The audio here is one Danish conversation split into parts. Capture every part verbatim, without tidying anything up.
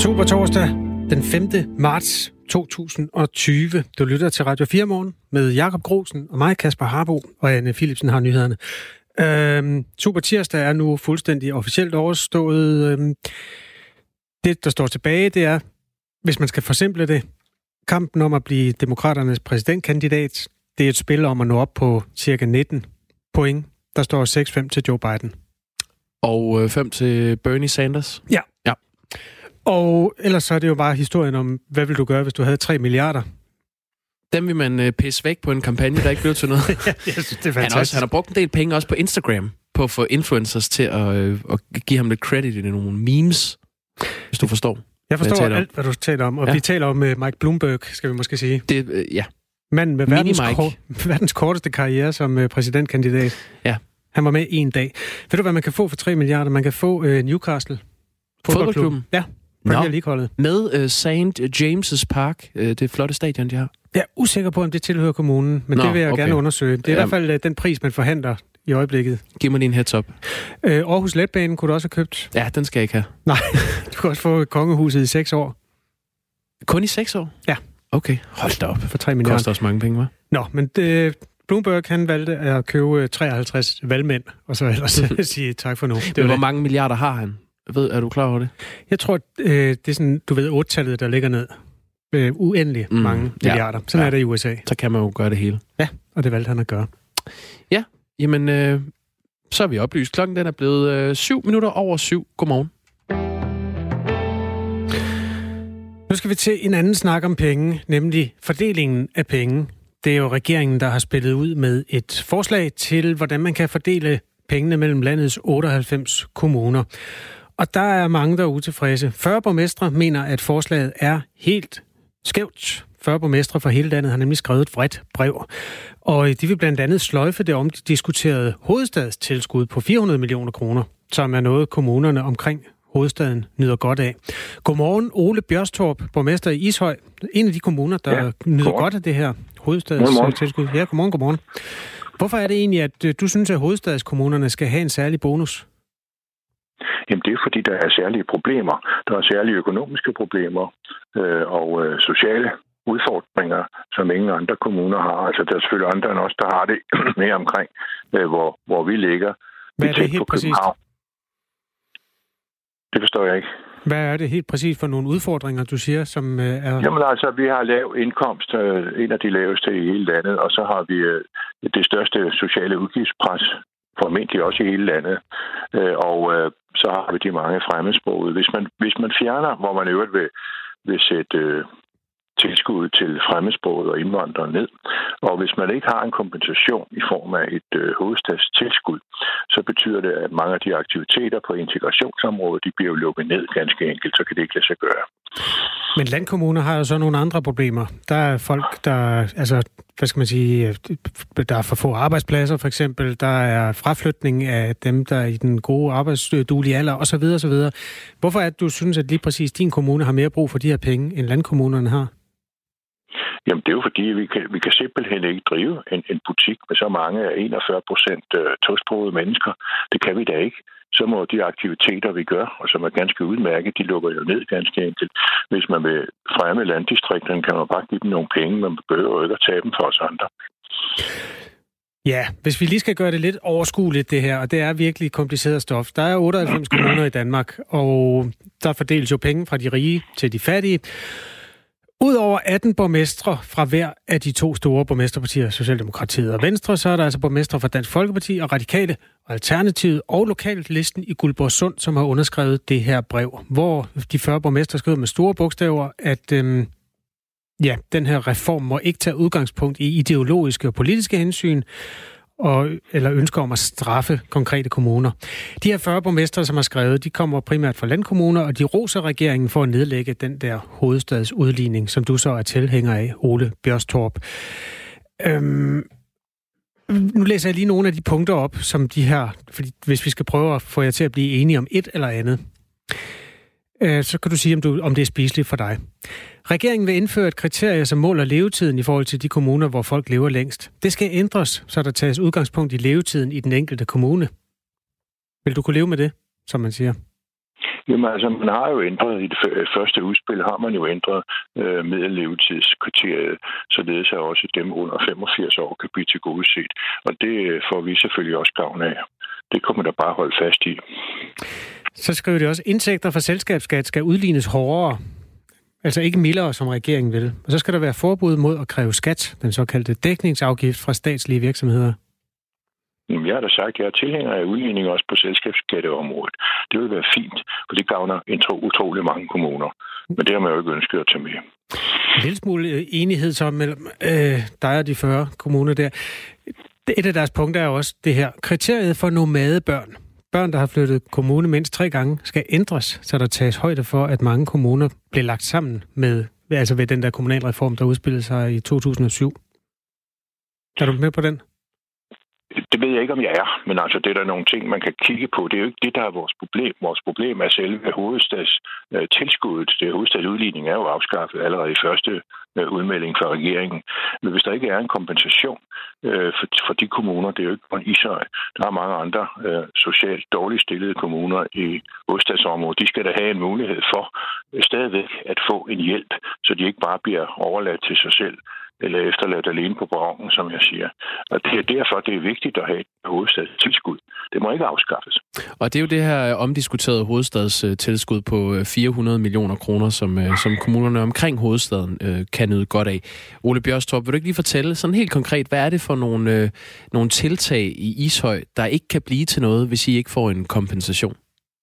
Super torsdag, den femte marts to tusind og tyve. Du lytter til Radio fire Morgen med Jakob Grosen og mig, Kasper Harbo, og Anne Philipsen har nyhederne. Øhm, Super tirsdag er nu fuldstændig officielt overstået. Øhm, det, der står tilbage, det er, hvis man skal forsimple det, kampen om at blive demokraternes præsidentkandidat, det er et spil om at nå op på cirka nitten point. Der står seks fem til Joe Biden. Og fem til Bernie Sanders? Ja. Ja. Og ellers så er det jo bare historien om, hvad vil du gøre, hvis du havde tre milliarder? Dem vil man øh, pisse væk på en kampagne, der ikke blev til noget. Ja, jeg synes, det er fantastisk. Han, også, han har brugt en del penge også på Instagram, på at få influencers til at, øh, at give ham lidt credit i nogle memes, hvis du forstår. Jeg forstår jeg alt, hvad du taler om. Og ja. Vi taler om uh, Mike Bloomberg, skal vi måske sige. Det, øh, ja. Manden med verdens, kor- verdens korteste karriere som uh, præsidentkandidat. Ja. Han var med en dag. Ved du, hvad man kan få for tre milliarder? Man kan få uh, Newcastle. Fodboldklubben? Ja. Premier League-holdet. Med uh, Saint James's Park, uh, det flotte stadion, de har. Jeg er usikker på, om det tilhører kommunen, men Nå, det vil jeg okay. gerne undersøge. Det er ja. i hvert fald uh, den pris, man forhandler i øjeblikket. Giv mig lige en heads up. Uh, Aarhus Letbanen kunne du også have købt. Ja, den skal jeg ikke have. Nej, du kan også få kongehuset i seks år. Kun i seks år? Ja. Okay, hold da op. For tre milliarder. Det koster også mange penge, hva'? Nå, men det, Bloomberg, han valgte at købe treoghalvtreds valgmænd, og så ellers sige tak for nu. Det det. Hvor mange milliarder har han? Ved, er du klar over det? Jeg tror, øh, det er sådan, du ved, otte-tallet, der ligger ned. Øh, uendelig mm, mange milliarder. Ja, sådan ja. er det i U S A. Så kan man jo gøre det hele. Ja, og det valgte han at gøre. Ja, jamen, øh, så er vi oplyst. Klokken den er blevet øh, syv minutter over syv. Godmorgen. Nu skal vi til en anden snak om penge, nemlig fordelingen af penge. Det er jo regeringen, der har spillet ud med et forslag til, hvordan man kan fordele pengene mellem landets otteoghalvfems kommuner. Og der er mange, der er utilfredse. fyrre borgmestre mener, at forslaget er helt skævt. fyrre borgmestre fra hele landet har nemlig skrevet et vredt brev. Og de vil blandt andet sløjfe det omdiskuterede hovedstadstilskud på fire hundrede millioner kroner, som er noget kommunerne omkring hovedstaden nyder godt af. Godmorgen, Ole Bjørstorp, borgmester i Ishøj. En af de kommuner, der ja, nyder godt af det her hovedstadstilskud. Ja, godmorgen, godmorgen. Hvorfor er det egentlig, at du synes, at hovedstadskommunerne skal have en særlig bonus? Jamen det er fordi, der er særlige problemer. Der er særlige økonomiske problemer øh, og øh, sociale udfordringer, som ingen andre kommuner har. Altså der er selvfølgelig andre end os, der har det mere omkring, øh, hvor, hvor vi ligger. Hvad er det helt præcist? Det forstår jeg ikke. Hvad er det helt præcis for nogle udfordringer, du siger, som øh, er... Jamen altså, vi har lav indkomst, øh, en af de laveste i hele landet, og så har vi øh, det største sociale udgiftspres, formentlig også i hele landet. Øh, og øh, så har vi de mange fremmedsprogede. Hvis man, hvis man fjerner, hvor man i øvrigt vil, vil sætte øh, tilskud til fremmedsproget og indvandrere ned, og hvis man ikke har en kompensation i form af et øh, hovedstadstilskud, så betyder det, at mange af de aktiviteter på integrationsområdet, de bliver jo lukket ned ganske enkelt, så kan det ikke lade sig gøre. Men landkommuner har jo så nogle andre problemer. Der er folk, der, altså, hvad skal man sige, der er for få arbejdspladser for eksempel, der er fraflytning af dem, der er i den gode arbejdsduelige alder, osv. osv. Hvorfor er det, du synes, at lige præcis din kommune har mere brug for de her penge, end landkommunerne har? Jamen, det er jo fordi, vi kan, vi kan simpelthen ikke drive en, en butik med så mange af enogfyrre procent tosprogede mennesker. Det kan vi da ikke. Så må de aktiviteter, vi gør, og som er ganske udmærket, de lukker jo ned ganske enkelt. Hvis man vil fremme landdistrikterne, kan man bare give dem nogle penge, men man behøver ikke at tage dem for os andre. Ja, hvis vi lige skal gøre det lidt overskueligt det her, og det er virkelig kompliceret stof. Der er otteoghalvfems kommuner i Danmark, og der fordeles jo penge fra de rige til de fattige. Udover atten borgmestre fra hver af de to store borgmesterpartier, Socialdemokratiet og Venstre, så er der altså borgmestre fra Dansk Folkeparti og Radikale og Alternativet og lokalt listen i Guldborgsund, som har underskrevet det her brev, hvor de fyrre borgmestre skriver med store bogstaver, at øhm, ja, den her reform må ikke tage udgangspunkt i ideologiske og politiske hensyn, og, eller ønsker om at straffe konkrete kommuner. De her fyrre borgmestre, som har skrevet, de kommer primært fra landkommuner, og de roser regeringen for at nedlægge den der hovedstadsudligning, som du så er tilhænger af, Ole Bjørstorp. Øhm, nu læser jeg lige nogle af de punkter op, som de her, fordi hvis vi skal prøve at få jer til at blive enige om et eller andet, øh, så kan du sige, om, du, om det er spiseligt for dig. Regeringen vil indføre et kriterie, som måler levetiden i forhold til de kommuner, hvor folk lever længst. Det skal ændres, så der tages udgangspunkt i levetiden i den enkelte kommune. Vil du kunne leve med det, som man siger? Jamen altså, man har jo ændret, i det første udspil har man jo ændret øh, middellevetidskriteriet, således at også dem under femogfirs år kan blive tilgodeset. Og det får vi selvfølgelig også gavn af. Det kommer der bare holde fast i. Så skriver det også, indtægter fra selskabsskat skal udlignes hårdere. Altså ikke mildere, som regeringen vil. Og så skal der være forbud mod at kræve skat, den såkaldte dækningsafgift fra statslige virksomheder. Jamen, jeg har da sagt, at jeg er tilhænger af udligning også på selskabsskatteområdet. Det vil være fint, for det gavner utrolig mange kommuner. Men det har man jo ikke ønsket at tage med. En lille smule enighed så mellem øh, dig og de fyrre kommuner der. Et af deres punkter er også det her. Kriteriet for nomadebørn. Børn, der har flyttet kommune mindst tre gange, skal ændres, så der tages højde for, at mange kommuner blev lagt sammen med, altså ved den der kommunalreform, der udspillede sig i to tusind og syv. Er du med på den? Det ved jeg ikke, om jeg er, men altså, det er der nogle ting, man kan kigge på. Det er jo ikke det, der er vores problem. Vores problem er selve hovedstadstilskuddet. Det hovedstadsudligning er jo afskaffet allerede i første udmelding fra regeringen. Men hvis der ikke er en kompensation øh, for, for de kommuner, det er jo ikke kun Ishøj. Der er mange andre øh, socialt dårligt stillede kommuner i hovedstadsområdet. De skal da have en mulighed for øh, stadigvæk at få en hjælp, så de ikke bare bliver overladt til sig selv eller efterladt alene på perronen, som jeg siger. Og det er derfor, det er vigtigt at have et hovedstadstilskud. Det må ikke afskaffes. Og det er jo det her omdiskuterede hovedstadstilskud på fire hundrede millioner kroner, som, som kommunerne omkring hovedstaden øh, kan nyde godt af. Ole Bjørstorp, vil du ikke lige fortælle sådan helt konkret, hvad er det for nogle, øh, nogle tiltag i Ishøj, der ikke kan blive til noget, hvis I ikke får en kompensation?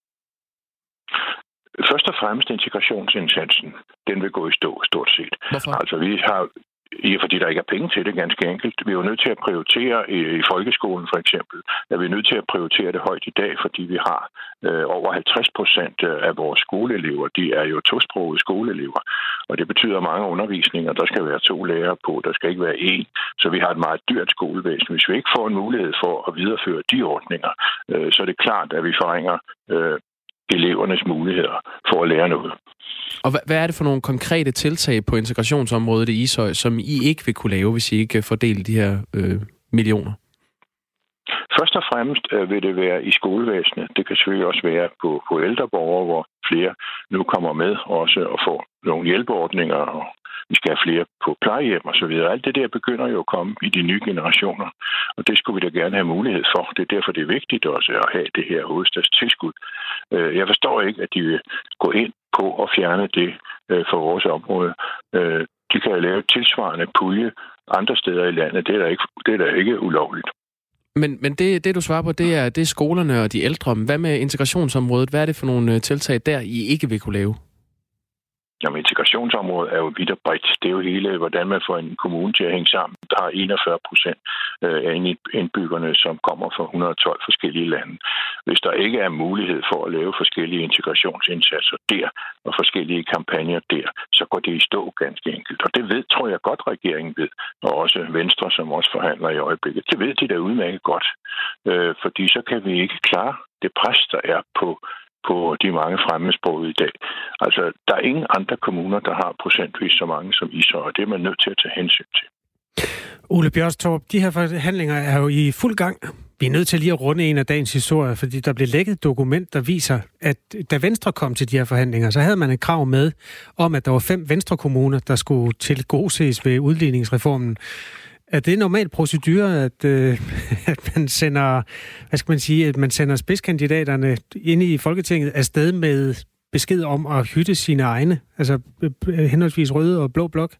Først og fremmest integrationsindsatsen. Den vil gå i stå, stort set. Hvorfor? Altså, vi har... Ja, fordi der ikke er penge til det, ganske enkelt. Vi er jo nødt til at prioritere i, i folkeskolen, for eksempel. Er vi nødt til at prioritere det højt i dag, fordi vi har øh, over halvtreds procent af vores skoleelever. De er jo tosprogede skoleelever. Og det betyder mange undervisninger. Der skal være to lærere på, der skal ikke være én. Så vi har et meget dyrt skolevæsen. Hvis vi ikke får en mulighed for at videreføre de ordninger, øh, så er det klart, at vi forringer øh, elevernes muligheder for at lære noget. Og hvad er det for nogle konkrete tiltag på integrationsområdet i Ishøj, som I ikke vil kunne lave, hvis I ikke får delt de her øh, millioner? Først og fremmest øh, vil det være i skolevæsenet. Det kan selvfølgelig også være på, på ældre borgere, hvor flere nu kommer med også og får nogle hjælpeordninger, og vi skal have flere på plejehjem og så videre. Alt det der begynder jo at komme i de nye generationer, og det skulle vi da gerne have mulighed for. Det er derfor, det er vigtigt også at have det her hovedstadstilskud. Jeg forstår ikke, at de vil gå ind på at fjerne det for vores område. De kan jo lave tilsvarende pulje andre steder i landet. Det er da ikke, det er da ikke ulovligt. Men, men det, det, du svarer på, det er, det er skolerne og de ældre. Hvad med integrationsområdet? Hvad er det for nogle tiltag der, I ikke vil kunne lave? Jamen, integrationsområdet er jo vidt og bredt. Det er jo hele, hvordan man får en kommune til at hænge sammen. Der er enogfyrre procent af indbyggerne, som kommer fra et hundrede og tolv forskellige lande. Hvis der ikke er mulighed for at lave forskellige integrationsindsatser der, og forskellige kampagner der, så går det i stå ganske enkelt. Og det ved, tror jeg godt, regeringen ved. Og også Venstre, som også forhandler i øjeblikket. Det ved de da udmærket godt. Øh, fordi så kan vi ikke klare det pres, der er på på de mange fremmedsprogede i dag. Altså, der er ingen andre kommuner, der har procentvis så mange som Ishøj, og det er man nødt til at tage hensyn til. Ole Bjørstorp, de her forhandlinger er jo i fuld gang. Vi er nødt til lige at runde en af dagens historier, fordi der blev lækket et dokument, der viser, at da Venstre kom til de her forhandlinger, så havde man et krav med om, at der var fem Venstre-kommuner, der skulle tilgodeses ved udligningsreformen. Er det normal procedure, at, øh, at man sender, hvad skal man sige, at man sender spidskandidaterne ind i Folketinget afsted med besked om at hytte sine egne, altså henholdsvis røde og blå blok?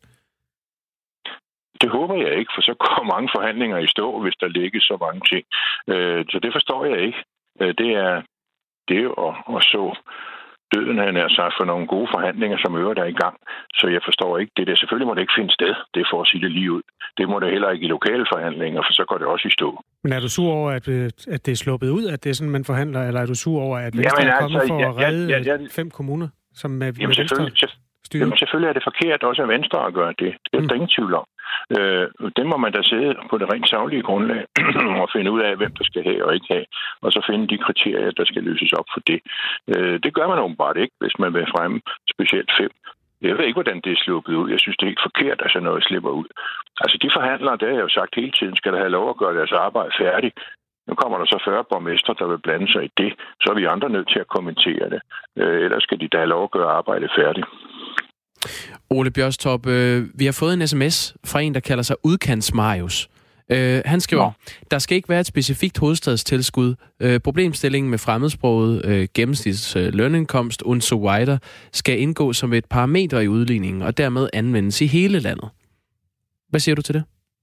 Det håber jeg ikke, for så kommer mange forhandlinger i stå, hvis der ligger så mange ting. Øh, så det forstår jeg ikke. Det er det er jo at, at så døden, han er sagt, for nogle gode forhandlinger, som øvrigt er i gang. Så jeg forstår ikke det der. Selvfølgelig må det ikke finde sted. Det er for at sige det lige ud. Det må det heller ikke i lokale forhandlinger, for så går det også i stå. Men er du sur over, at, at det er sluppet ud, at det er sådan, man forhandler? Eller er du sur over, at Venstre er kommet altså, for ja, at redde ja, ja, ja, fem kommuner, som med, jamen, med Venstre styrer? Jamen, selvfølgelig er det forkert også af Venstre at gøre det. Det er mm. der ingen tvivl om. Øh, det må man da sidde på det rent saglige grundlag og finde ud af, hvem der skal have og ikke have, og så finde de kriterier, der skal løses op for det. Øh, det gør man åbenbart ikke, hvis man vil fremme specielt fem. Jeg ved ikke, hvordan det er sluppet ud. Jeg synes, det er ikke forkert, at sådan noget slipper ud. Altså, de forhandlere, det har jeg jo sagt hele tiden, skal der have lov at gøre deres arbejde færdigt. Nu kommer der så fyrre borgmestre, der vil blande sig i det. Så er vi andre nødt til at kommentere det. Øh, ellers skal de da have lov at gøre arbejdet færdigt. Ole Bjørstorp, øh, vi har fået en sms fra en, der kalder sig Udkants Marius. Øh, han skriver, ja. Der skal ikke være et specifikt hovedstadstilskud. Øh, problemstillingen med fremmedsproget, øh, gennemsnits øh, lønindkomst und so weiter, skal indgå som et parameter i udligningen, og dermed anvendes i hele landet. Hvad siger du til det?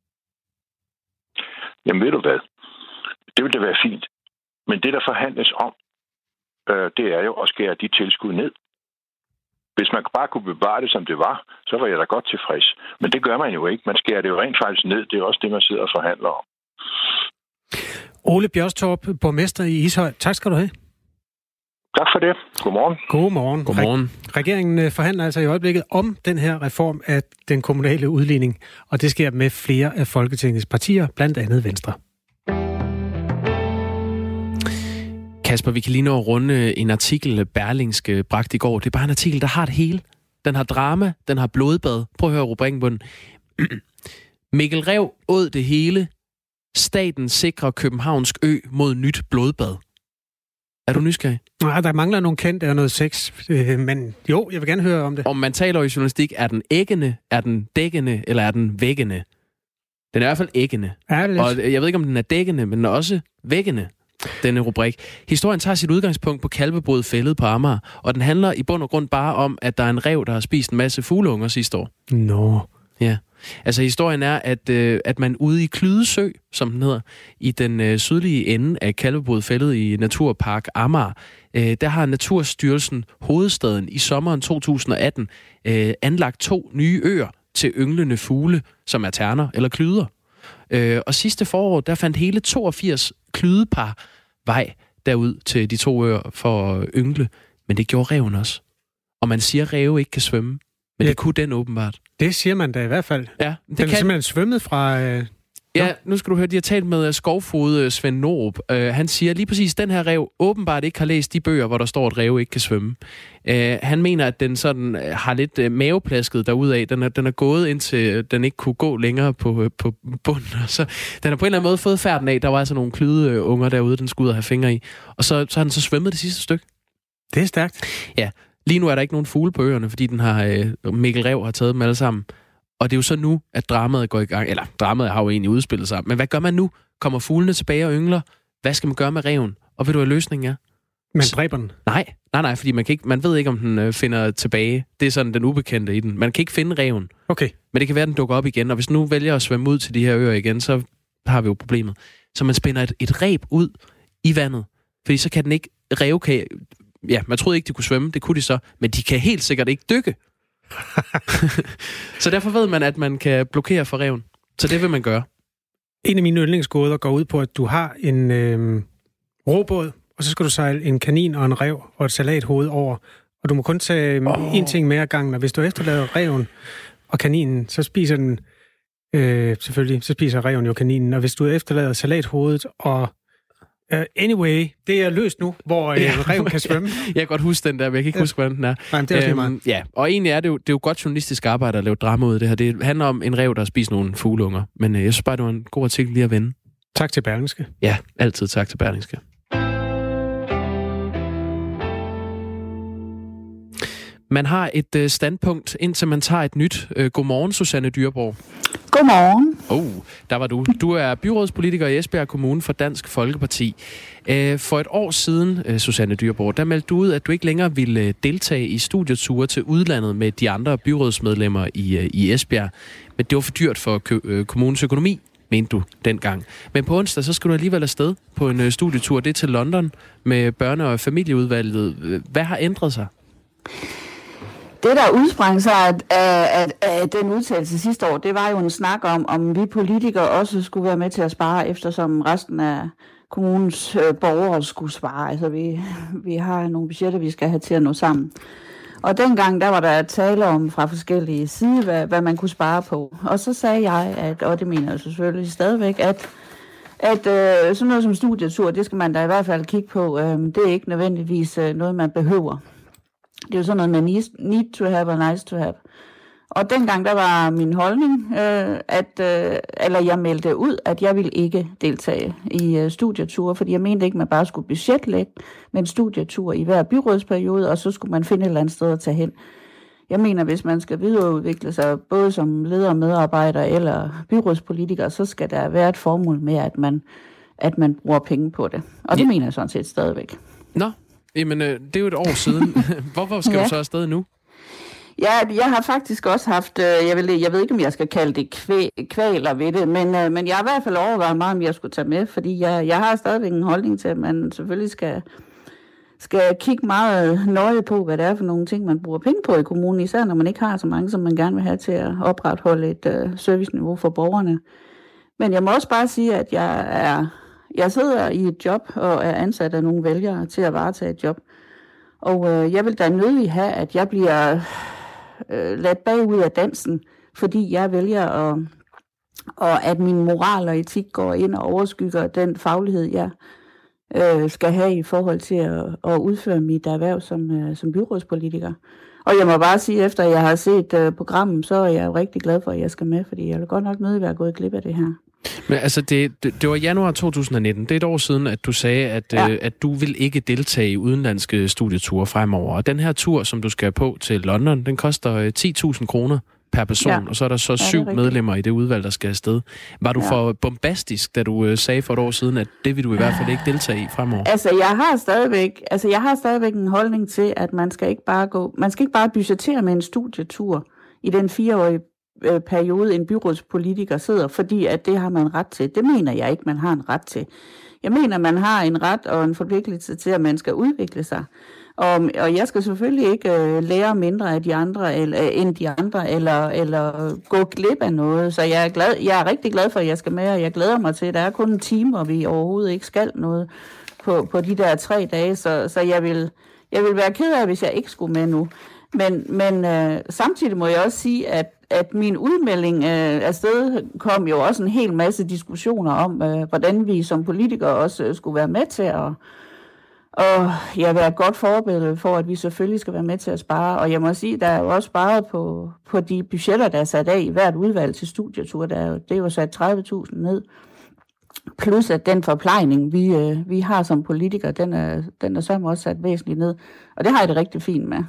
Jamen ved du hvad? Det vil da være fint. Men det, der forhandles om, øh, det er jo at skære de tilskud ned. Hvis man bare kunne bevare det, som det var, så var jeg da godt tilfreds. Men det gør man jo ikke. Man skærer det jo rent faktisk ned. Det er også det, man sidder og forhandler om. Ole Bjørstorp, borgmester i Ishøj. Tak skal du have. Tak for det. Godmorgen. Godmorgen. Godmorgen. Regeringen forhandler altså i øjeblikket om den her reform af den kommunale udligning, og det sker med flere af Folketingets partier, blandt andet Venstre. Kasper, vi kan lige nå at runde en artikel, Berlingske bragt i går. Det er bare en artikel, der har det hele. Den har drama, den har blodbad. Prøv at høre rubrikken på den. Mikkel Rev åd det hele. Staten sikrer Københavnsk Ø mod nyt blodbad. Er du nysgerrig? Nej, der mangler nogle kendte og noget sex, men jo, jeg vil gerne høre om det. Om man taler i journalistik, er den æggende, er den dækkende, eller er den væggende? Den er i hvert fald æggende. Er det og jeg ved ikke, om den er dækkende, men den er også væggende. Denne rubrik. Historien tager sit udgangspunkt på Kalvebod Fælled på Amager, og den handler i bund og grund bare om, at der er en ræv, der har spist en masse fugleunger sidste år. Nå. No. Ja. Altså historien er, at, øh, at man ude i Klydesø, som den hedder, i den øh, sydlige ende af Kalvebod Fælled i Naturpark Amager, øh, der har Naturstyrelsen Hovedstaden i sommeren to tusind og atten øh, anlagt to nye øer til ynglende fugle, som er terner eller klyder. Øh, og sidste forår, der fandt hele toogfirs klydepar vej derud til de to øer for at yngle. Men det gjorde ræven også. Og man siger, at ræve ikke kan svømme. Men ja, det kunne den åbenbart. Det siger man da i hvert fald. Ja, det den kan... er simpelthen svømmet fra... Øh... Ja, nu skal du høre, de har talt med skovfod Svend Norup. Uh, han siger lige præcis, at den her ræv åbenbart ikke har læst de bøger, hvor der står, at ræve ikke kan svømme. Uh, han mener, at den sådan uh, har lidt uh, maveplasket derudaf. Den er, den er gået indtil uh, den ikke kunne gå længere på, uh, på bunden. Så den har på en eller anden måde fået færden af. Der var altså nogle klydeunger derude, den skulle ud og have fingre i. Og så, så har den så svømmet det sidste stykke. Det er stærkt. Ja. Lige nu er der ikke nogen fugle på øerne, fordi den har uh, Mikkel Rev har taget dem alle sammen. Og det er jo så nu, at dramaet går i gang. Eller, dramaet har jo egentlig udspillet sig. Men hvad gør man nu? Kommer fuglene tilbage og yngler? Hvad skal man gøre med ræven? Og ved du, hvad løsningen er? Man dræber den? Nej, nej, nej, fordi man, kan ikke, man ved ikke, om den øh, finder tilbage. Det er sådan den ubekendte i den. Man kan ikke finde ræven. Okay. Men det kan være, at den dukker op igen. Og hvis nu vælger at svømme ud til de her øer igen, så har vi jo problemet. Så man spænder et, et reb ud i vandet. Fordi så kan den ikke... Ræve kan... Ja, man troede ikke, de kunne svømme. Det kunne de så. Men de kan helt sikkert ikke dykke. Så derfor ved man, at man kan blokere for ræven. Så det vil man gøre. En af mine yndlingsgåder går ud på, at du har en øh, robåd, og så skal du sejle en kanin og en ræv og et salathoved over. Og du må kun tage oh. én ting med ad gangen, og hvis du efterlader ræven og kaninen, så spiser den øh, selvfølgelig, så spiser ræven jo kaninen. Og hvis du efterlader salathovedet og Uh, anyway, det er løst nu, hvor uh, ja. ræven kan svømme. Jeg kan godt huske den der, men jeg kan ikke ja. huske, hvordan den er. Nej, det er også øhm, ja, og egentlig er det jo, det er jo godt journalistisk arbejde at lave drama ud af det her. Det handler om en ræv, der har spist nogle fugleunger. Men uh, jeg synes bare, det var en god artikel lige at vende. Tak til Berlingske. Ja, altid tak til Berlingske. Man har et uh, standpunkt, indtil man tager et nyt. Uh, godmorgen, Susanne Dyrborg. Godmorgen. Oh, der var du. Du er byrådspolitiker i Esbjerg Kommune for Dansk Folkeparti. For et år siden, Susanne Dyrborg, der meldte du ud, at du ikke længere ville deltage i studieture til udlandet med de andre byrådsmedlemmer i, i Esbjerg. Men det var for dyrt for kommunens økonomi, mente du dengang. Men på onsdag, så skal du alligevel afsted på en studietur. Det er til London med børne- og familieudvalget. Hvad har ændret sig? Det, der udsprang sig af, af, af den udtalelse sidste år, det var jo en snak om, om vi politikere også skulle være med til at spare, eftersom resten af kommunens øh, borgere skulle spare. Altså, vi, vi har nogle budgetter, vi skal have til at nå sammen. Og dengang, der var der tale om fra forskellige sider, hvad, hvad man kunne spare på. Og så sagde jeg, at, og det mener jeg selvfølgelig stadigvæk, at, at øh, sådan noget som studietur, det skal man da i hvert fald kigge på. Øh, det er ikke nødvendigvis øh, noget, man behøver. Det er jo sådan noget med need to have og nice to have. Og dengang der var min holdning, øh, at, øh, eller jeg meldte ud, at jeg ville ikke deltage i øh, studieture, fordi jeg mente ikke, man bare skulle budgetlægge med en studietur i hver byrådsperiode, og så skulle man finde et eller andet sted at tage hen. Jeg mener, hvis man skal videreudvikle sig, både som leder, medarbejder eller byrådspolitiker, så skal der være et formål med, at man, at man bruger penge på det. Og det ja. mener jeg sådan set stadigvæk. Nå, jamen øh, det er jo et år siden. Hvorfor skal ja. du så afsted nu? Ja, jeg har faktisk også haft, jeg, vil, jeg ved ikke, om jeg skal kalde det kvæ, kvaler ved det, men, men jeg har i hvert fald overvejet meget, om jeg skulle tage med, fordi jeg, jeg har stadigvæk en holdning til, at man selvfølgelig skal, skal kigge meget nøje på, hvad det er for nogle ting, man bruger penge på i kommunen, især når man ikke har så mange, som man gerne vil have til at opretholde et uh, serviceniveau for borgerne. Men jeg må også bare sige, at jeg, er, jeg sidder i et job og er ansat af nogle vælgere til at varetage et job, og uh, jeg vil da nødig have, at jeg bliver Øh, ladt bagud af dansen, fordi jeg vælger, at, og at min moral og etik går ind og overskygger den faglighed, jeg øh, skal have i forhold til at, at udføre mit erhverv som, øh, som byrådspolitiker. Og jeg må bare sige, efter jeg har set øh, programmet, så er jeg jo rigtig glad for, at jeg skal med, fordi jeg vil godt nok nødig være gået glip af det her. Men altså, det, det, det var januar to tusind nitten. Det er et år siden, at du sagde, at, ja. øh, at du vil ikke deltage i udenlandske studieture fremover. Og den her tur, som du skal på til London, den koster øh, ti tusind kroner per person, ja. og så er der så ja, syv medlemmer i det udvalg, der skal afsted. Var du ja. for bombastisk, da du øh, sagde for et år siden, at det vil du i hvert fald ikke deltage i fremover? Altså, jeg har stadigvæk, altså, jeg har stadigvæk en holdning til, at man skal ikke bare gå, man skal ikke bare budgettere med en studietur i den fireårige periode, en byrådspolitiker sidder, fordi at det har man ret til. Det mener jeg ikke, man har en ret til. Jeg mener, man har en ret og en forpligtelse til, at man skal udvikle sig. Og, og jeg skal selvfølgelig ikke uh, lære mindre af de andre, eller, uh, end de andre, eller, eller gå glip af noget. Så jeg er, glad, jeg er rigtig glad for, at jeg skal med, og jeg glæder mig til, at der er kun en time, og vi overhovedet ikke skal noget på, på de der tre dage. Så, så jeg, vil, jeg vil være ked af, hvis jeg ikke skulle med nu. Men, men øh, samtidig må jeg også sige, at, at min udmelding øh, afsted kom jo også en hel masse diskussioner om, øh, hvordan vi som politikere også øh, skulle være med til at og, ja, være et godt forbillede for, at vi selvfølgelig skal være med til at spare. Og jeg må sige, der er jo også sparet på, på de budgetter, der er sat af i hvert udvalg til studietur. Der er jo, det er jo sat tredive tusind ned. Plus at den forplejning, vi, øh, vi har som politikere, den er, den er så også sat væsentligt ned. Og det har jeg det rigtig fint med.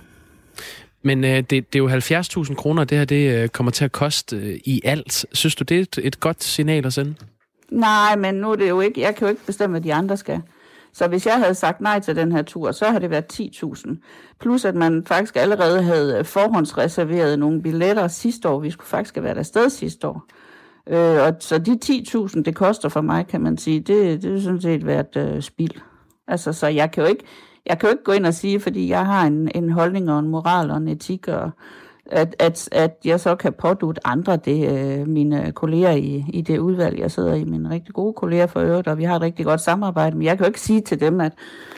Men øh, det, det er jo halvfjerds tusind kroner, det her det øh, kommer til at koste øh, i alt. Synes du, det er et, et godt signal at sende? Nej, men nu er det jo ikke, jeg kan jo ikke bestemme, hvad de andre skal. Så hvis jeg havde sagt nej til den her tur, så havde det været ti tusind. Plus at man faktisk allerede havde forhåndsreserveret nogle billetter sidste år. Vi skulle faktisk have været afsted sidste år. Øh, og så de ti tusind, det koster for mig, kan man sige, det, det er sådan set været øh, spild. Altså, så jeg kan jo ikke... Jeg kan jo ikke gå ind og sige, fordi jeg har en, en holdning og en moral og en etik, og at, at, at jeg så kan pådutte andre, det øh, mine kolleger i, i det udvalg, jeg sidder i, mine rigtig gode kolleger for øvrigt, og vi har et rigtig godt samarbejde, men jeg kan jo ikke sige til dem, at,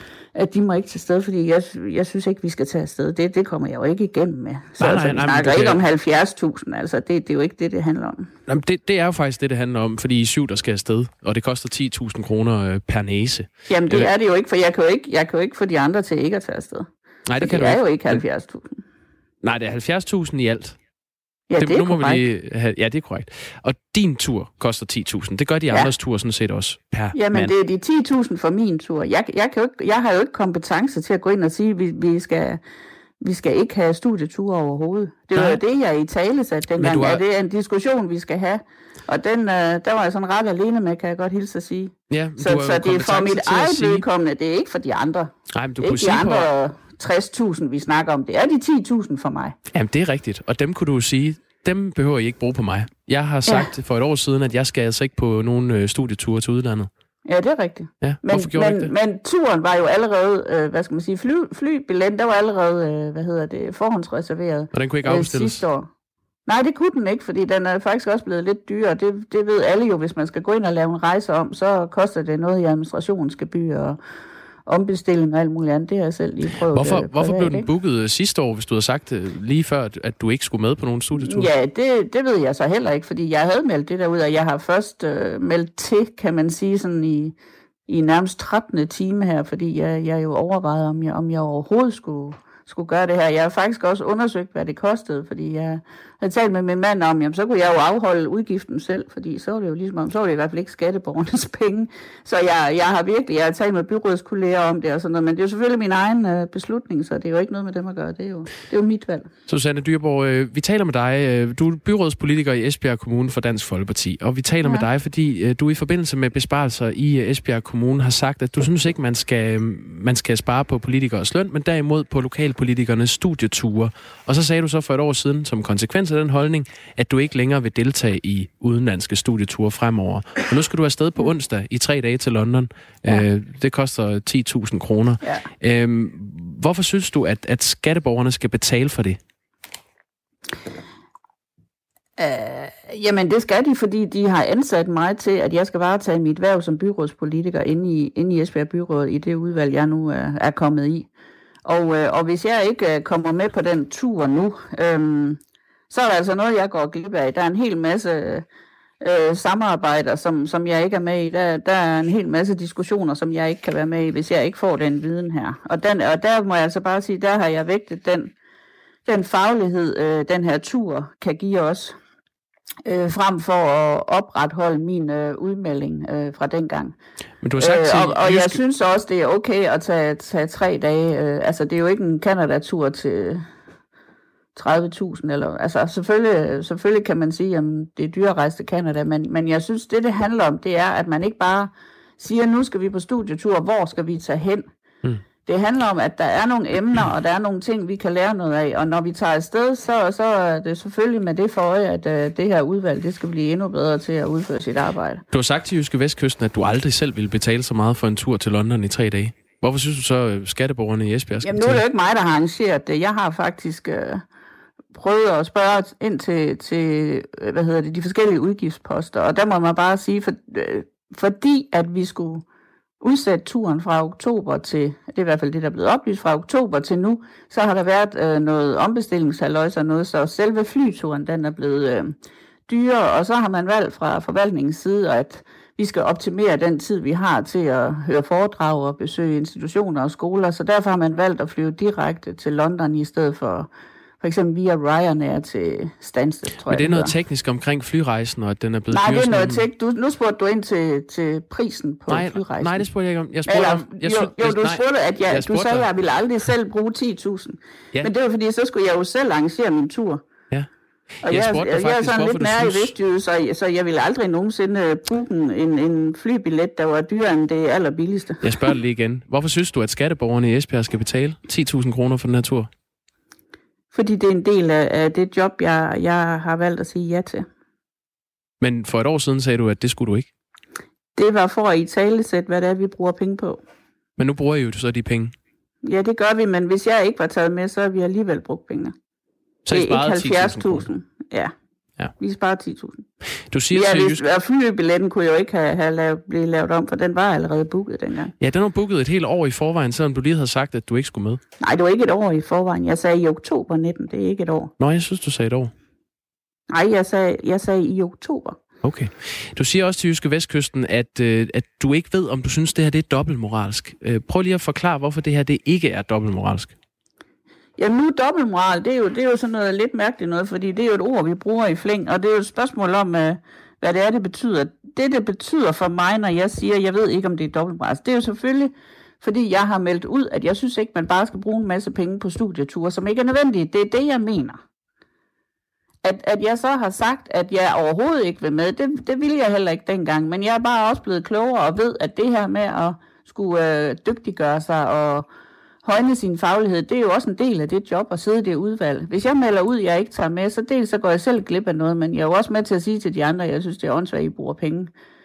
at de må ikke til sted, fordi jeg, jeg synes ikke, vi skal tage afsted. Det, det kommer jeg jo ikke igennem med. Så nej, nej, altså, vi snakker ikke om halvfjerds tusind, altså det, det er jo ikke det, det handler om. Jamen, det, det er jo faktisk det, det handler om, fordi I syv, der skal afsted, og det koster ti tusind kroner per næse. Jamen det øh. er det jo ikke, for jeg kan jo ikke, jeg kan jo ikke få de andre til ikke at tage afsted. Nej, det så kan det du er ikke. jo ikke halvfjerds tusind. Nej, det er halvfjerds tusind i alt. Ja, det, det er korrekt. Lige have, ja, det er korrekt. Og din tur koster ti tusind. Det gør de andres ja. tur sådan set også per Jamen, mand. det er de ti tusind for min tur. Jeg, jeg, kan jo ikke, jeg har jo ikke kompetence til at gå ind og sige, at vi, vi, skal, vi skal ikke have studieture overhovedet. Det var jo det, jeg i tale satte dengang. Har... Det er en diskussion, vi skal have. Og den, øh, der var jeg sådan ret alene med, kan jeg godt hilse at sige. Ja, så så det er for mit eget sige... vedkommende, det er ikke for de andre. Nej, men du det er kunne ikke sige de andre på... tres tusind, vi snakker om. Det er de ti tusind for mig. Jamen, det er rigtigt. Og dem kunne du sige... Dem behøver I ikke bruge på mig. Jeg har sagt ja. for et år siden, at jeg skal altså ikke på nogen øh, studieture til udlandet. Ja, det er rigtigt. Ja, men, hvorfor gjorde men, ikke det? Men turen var jo allerede, øh, hvad skal man sige, fly, flybilletten, der var allerede, øh, hvad hedder det, forhåndsreserveret. Og den kunne ikke afbestilles? Øh, sidste år. Nej, det kunne den ikke, fordi den er faktisk også blevet lidt dyrere. Det, det ved alle jo, hvis man skal gå ind og lave en rejse om, så koster det noget i administrationsgebyr og ombestilling og alt muligt andet. Det har jeg selv lige prøvet. Hvorfor, privat, hvorfor blev den ikke? booket sidste år, hvis du havde sagt lige før, at du ikke skulle med på nogen studietur? Ja, det, det ved jeg så heller ikke, fordi jeg havde meldt det derud, og jeg har først øh, meldt til, kan man sige, sådan i, i nærmest trettende time her, fordi jeg, jeg jo overvejede, om jeg, om jeg overhovedet skulle, skulle gøre det her. Jeg har faktisk også undersøgt, hvad det kostede, fordi jeg havde talt med min mand om, jamen så kunne jeg jo afholde udgiften selv, fordi så var det jo ligesom, så var det i hvert fald ikke skatteborgernes penge. Så jeg, jeg har virkelig, jeg har talt med byrådskolleger om det og sådan noget, men det er jo selvfølgelig min egen øh, beslutning, så det er jo ikke noget med dem at gøre. Det er jo, det er jo mit valg. Susanne Dyhrborg, øh, vi taler med dig. Øh, du er byrådspolitiker i Esbjerg Kommune for Dansk Folkeparti, og vi taler ja. med dig, fordi øh, du i forbindelse med besparelser i øh, Esbjerg Kommune har sagt, at du synes ikke, man skal, man skal spare på politikeres løn, men derimod på lokalpolitikernes studieture. Og så sagde du så for et år siden, som konsekvens af den holdning, at du ikke længere vil deltage i udenlandske studieture fremover. Og nu skal du afsted på onsdag i tre dage til London. Ja. Øh, det koster ti tusind kroner. Ja. Øh, hvorfor synes du, at, at skatteborgerne skal betale for det? Uh, jamen det skal de, fordi de har ansat mig til, at jeg skal varetage mit hverv som byrådspolitiker inde i, inde i Esbjerg Byråd i det udvalg, jeg nu er, er kommet i. Og, uh, og hvis jeg ikke uh, kommer med på den tur nu, um, så er der altså noget, jeg går glip af. Der er en hel masse uh, samarbejder, som, som jeg ikke er med i. Der, der er en hel masse diskussioner, som jeg ikke kan være med i, hvis jeg ikke får den viden her. Og, den, og der må jeg altså bare sige, der har jeg vægtet den, den faglighed, uh, den her tur kan give os. Øh, frem for at opretholde min øh, udmelding øh, fra dengang. Men du har sagt til øh, og, og jeg synes også, det er okay at tage, tage tre dage. Øh, altså, det er jo ikke en Canada-tur til tredive tusind. Eller, altså, selvfølgelig, selvfølgelig kan man sige, at det er dyre at rejse til Canada, men, men jeg synes, det det handler om, det er, at man ikke bare siger, nu skal vi på studietur, hvor skal vi tage hen? Hmm. Det handler om, at der er nogle emner, og der er nogle ting, vi kan lære noget af. Og når vi tager afsted, så, så er det selvfølgelig med det for øje, at uh, det her udvalg, det skal blive endnu bedre til at udføre sit arbejde. Du har sagt til Jyske Vestkysten, at du aldrig selv ville betale så meget for en tur til London i tre dage. Hvorfor synes du så, at skatteborgerne i Esbjerg skal Jamen nu er det jo ikke mig, der har arrangeret det. Jeg har faktisk uh, prøvet at spørge ind til, til hvad hedder det, de forskellige udgiftsposter. Og der må man bare sige, for, uh, fordi at vi skulle udsat turen fra oktober til, det er i hvert fald det, der er blevet oplyst, fra oktober til nu, så har der været øh, noget ombestillingshalløjs og noget, så selve flyturen, den er blevet øh, dyrere, og så har man valgt fra forvaltningens side, at vi skal optimere den tid, vi har til at høre foredrag og besøge institutioner og skoler, så derfor har man valgt at flyve direkte til London i stedet for for eksempel via Ryanair til Stansted, tror jeg. Men det er noget teknisk omkring flyrejsen, og at den er blevet Nej, det er noget teknisk. Du, nu spurgte du ind til, til prisen på nej, flyrejsen. Nej, det spurgte jeg ikke om. Jeg spurgte Eller, om jeg jo, jo, du spurgte, at jeg, jeg spurgte du sagde, dig. at jeg ville aldrig selv bruge ti tusind. Ja. Men det var fordi, så skulle jeg jo selv arrangere min tur. Ja. Og jeg, jeg, jeg, jeg er sådan lidt nær i Vestjyde, så, så jeg ville aldrig nogensinde booke en, en flybillet, der var dyrere end det allerbilligste. Jeg spørger lige igen. Hvorfor synes du, at skatteborgerne i Esbjerg skal betale ti tusind kroner for den her tur? Fordi det er en del af det job, jeg, jeg har valgt at sige ja til. Men for et år siden sagde du, at det skulle du ikke? Det var for at italesætte, hvad det er, vi bruger penge på. Men nu bruger I jo så de penge. Ja, det gør vi, men hvis jeg ikke var taget med, så har vi alligevel brugt penge. Så I sparede halvfjerds tusind? Ja. ja, vi sparer ti tusind. Du siger ja, til hvis, og flybilletten kunne jo ikke have, have lavet, blive lavet om, for den var allerede booket dengang. Ja, den var booket et helt år i forvejen, selvom du lige havde sagt, at du ikke skulle med. Nej, det var ikke et år i forvejen. Jeg sagde i oktober nitten, det er ikke et år. Nå, jeg synes, du sagde et år. Nej, jeg sagde, jeg sagde i oktober. Okay. Du siger også til Jyske Vestkysten, at, øh, at du ikke ved, om du synes, det her det er dobbeltmoralsk. Øh, prøv lige at forklare, hvorfor det her det ikke er dobbeltmoralsk. Jamen nu dobbeltmoral, det er, jo, det er jo sådan noget lidt mærkeligt noget, fordi det er jo et ord, vi bruger i flæng, og det er jo et spørgsmål om, hvad det er, det betyder. Det, det betyder for mig, når jeg siger, jeg ved ikke, om det er dobbeltmoralsk, det er jo selvfølgelig, fordi jeg har meldt ud, at jeg synes ikke, man bare skal bruge en masse penge på studieture, som ikke er nødvendige. Det er det, jeg mener. At, at jeg så har sagt, at jeg overhovedet ikke vil med, det, det ville jeg heller ikke dengang, men jeg er bare også blevet klogere og ved, at det her med at skulle øh, dygtiggøre sig og højne sin faglighed, det er jo også en del af det job at sidde i det udvalg. Hvis jeg melder ud, at jeg ikke tager med, så dels så går jeg selv glip af noget, men jeg er jo også med til at sige til de andre, at jeg synes, det er åndssvagt, at I bruger penge.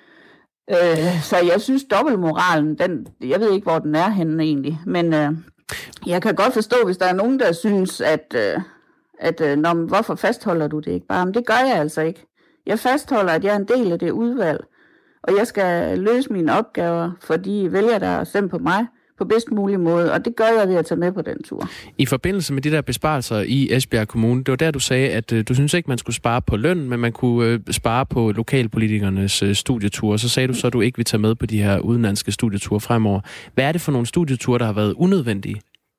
Øh, så jeg synes, dobbeltmoralen, den, jeg ved ikke, hvor den er henne egentlig, men øh, jeg kan godt forstå, hvis der er nogen, der synes, at, øh, at øh, når, hvorfor fastholder du det ikke bare? Men det gør jeg altså ikke. Jeg fastholder, at jeg er en del af det udvalg, og jeg skal løse mine opgaver for de vælgere, der har stemt på mig, på bedst mulig måde, og det gør jeg ved at tage med på den tur. I forbindelse med de der besparelser i Esbjerg Kommune, det var der, du sagde, at øh, du synes ikke, man skulle spare på løn, men man kunne øh, spare på lokalpolitikernes øh, studieture. Så sagde du så, at du ikke vil tage med på de her udenlandske studieture fremover. Hvad er det for nogle studieture, der har været unødvendige?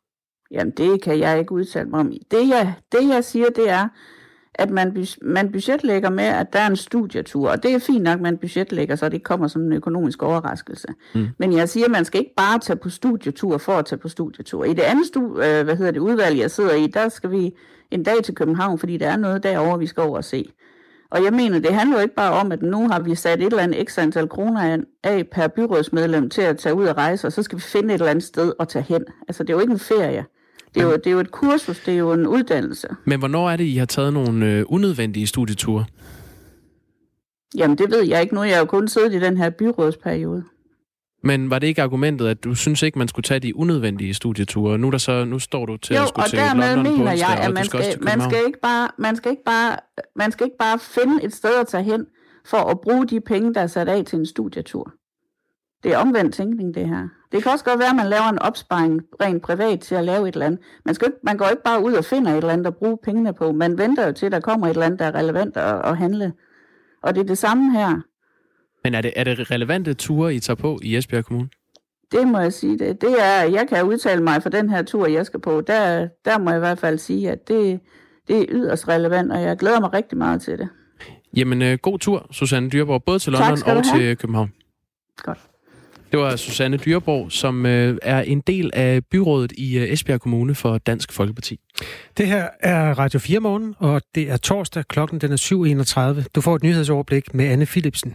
Jamen, det kan jeg ikke udtale mig om. Det jeg, det, jeg siger, det er, at man, man budgetlægger med, at der er en studietur, og det er fint nok, at man budgetlægger, så det kommer som en økonomisk overraskelse. Mm. Men jeg siger, at man skal ikke bare tage på studietur for at tage på studietur. I det andet stu, øh, hvad hedder det, udvalg, jeg sidder i, der skal vi en dag til København, fordi der er noget derovre, vi skal over og se. Og jeg mener, det handler jo ikke bare om, at nu har vi sat et eller andet ekstra antal kroner af per byrådsmedlem til at tage ud og rejse, og så skal vi finde et eller andet sted at tage hen. Altså, det er jo ikke en ferie. Det er, jo, det er jo et kursus, det er jo en uddannelse. Men hvornår er det, I har taget nogle øh, unødvendige studieture? Jamen, det ved jeg ikke nu. Jeg har jo kun siddet i den her byrådsperiode. Men var det ikke argumentet, at du synes ikke, man skulle tage de unødvendige studieture? Nu, der så, nu står du til jo, at skulle til London mener på onsdag, jeg, at og man du skal, skal, også til man skal ikke bare, man skal ikke bare, man skal ikke bare finde et sted at tage hen for at bruge de penge, der er sat af til en studietur. Det er omvendt tænkning, det her. Det kan også godt være, at man laver en opsparing rent privat til at lave et eller andet. Man, skal, man går ikke bare ud og finder et eller andet at bruge pengene på. Man venter jo til, at der kommer et eller andet, der er relevant at, at handle. Og det er det samme her. Men er det, er det relevante ture, I tager på i Esbjerg Kommune? Det må jeg sige. Det, det er, jeg kan udtale mig for den her tur, jeg skal på. Der, der må jeg i hvert fald sige, at det, det er yderst relevant, og jeg glæder mig rigtig meget til det. Jamen, øh, god tur, Susanne Dyreborg, både til London og til København. Godt. Det var Susanne Dyreborg, som øh, er en del af byrådet i øh, Esbjerg Kommune for Dansk Folkeparti. Det her er Radio fire Morgen, og det er torsdag, klokken den er syv enogtredive. Du får et nyhedsoverblik med Anne Philipsen.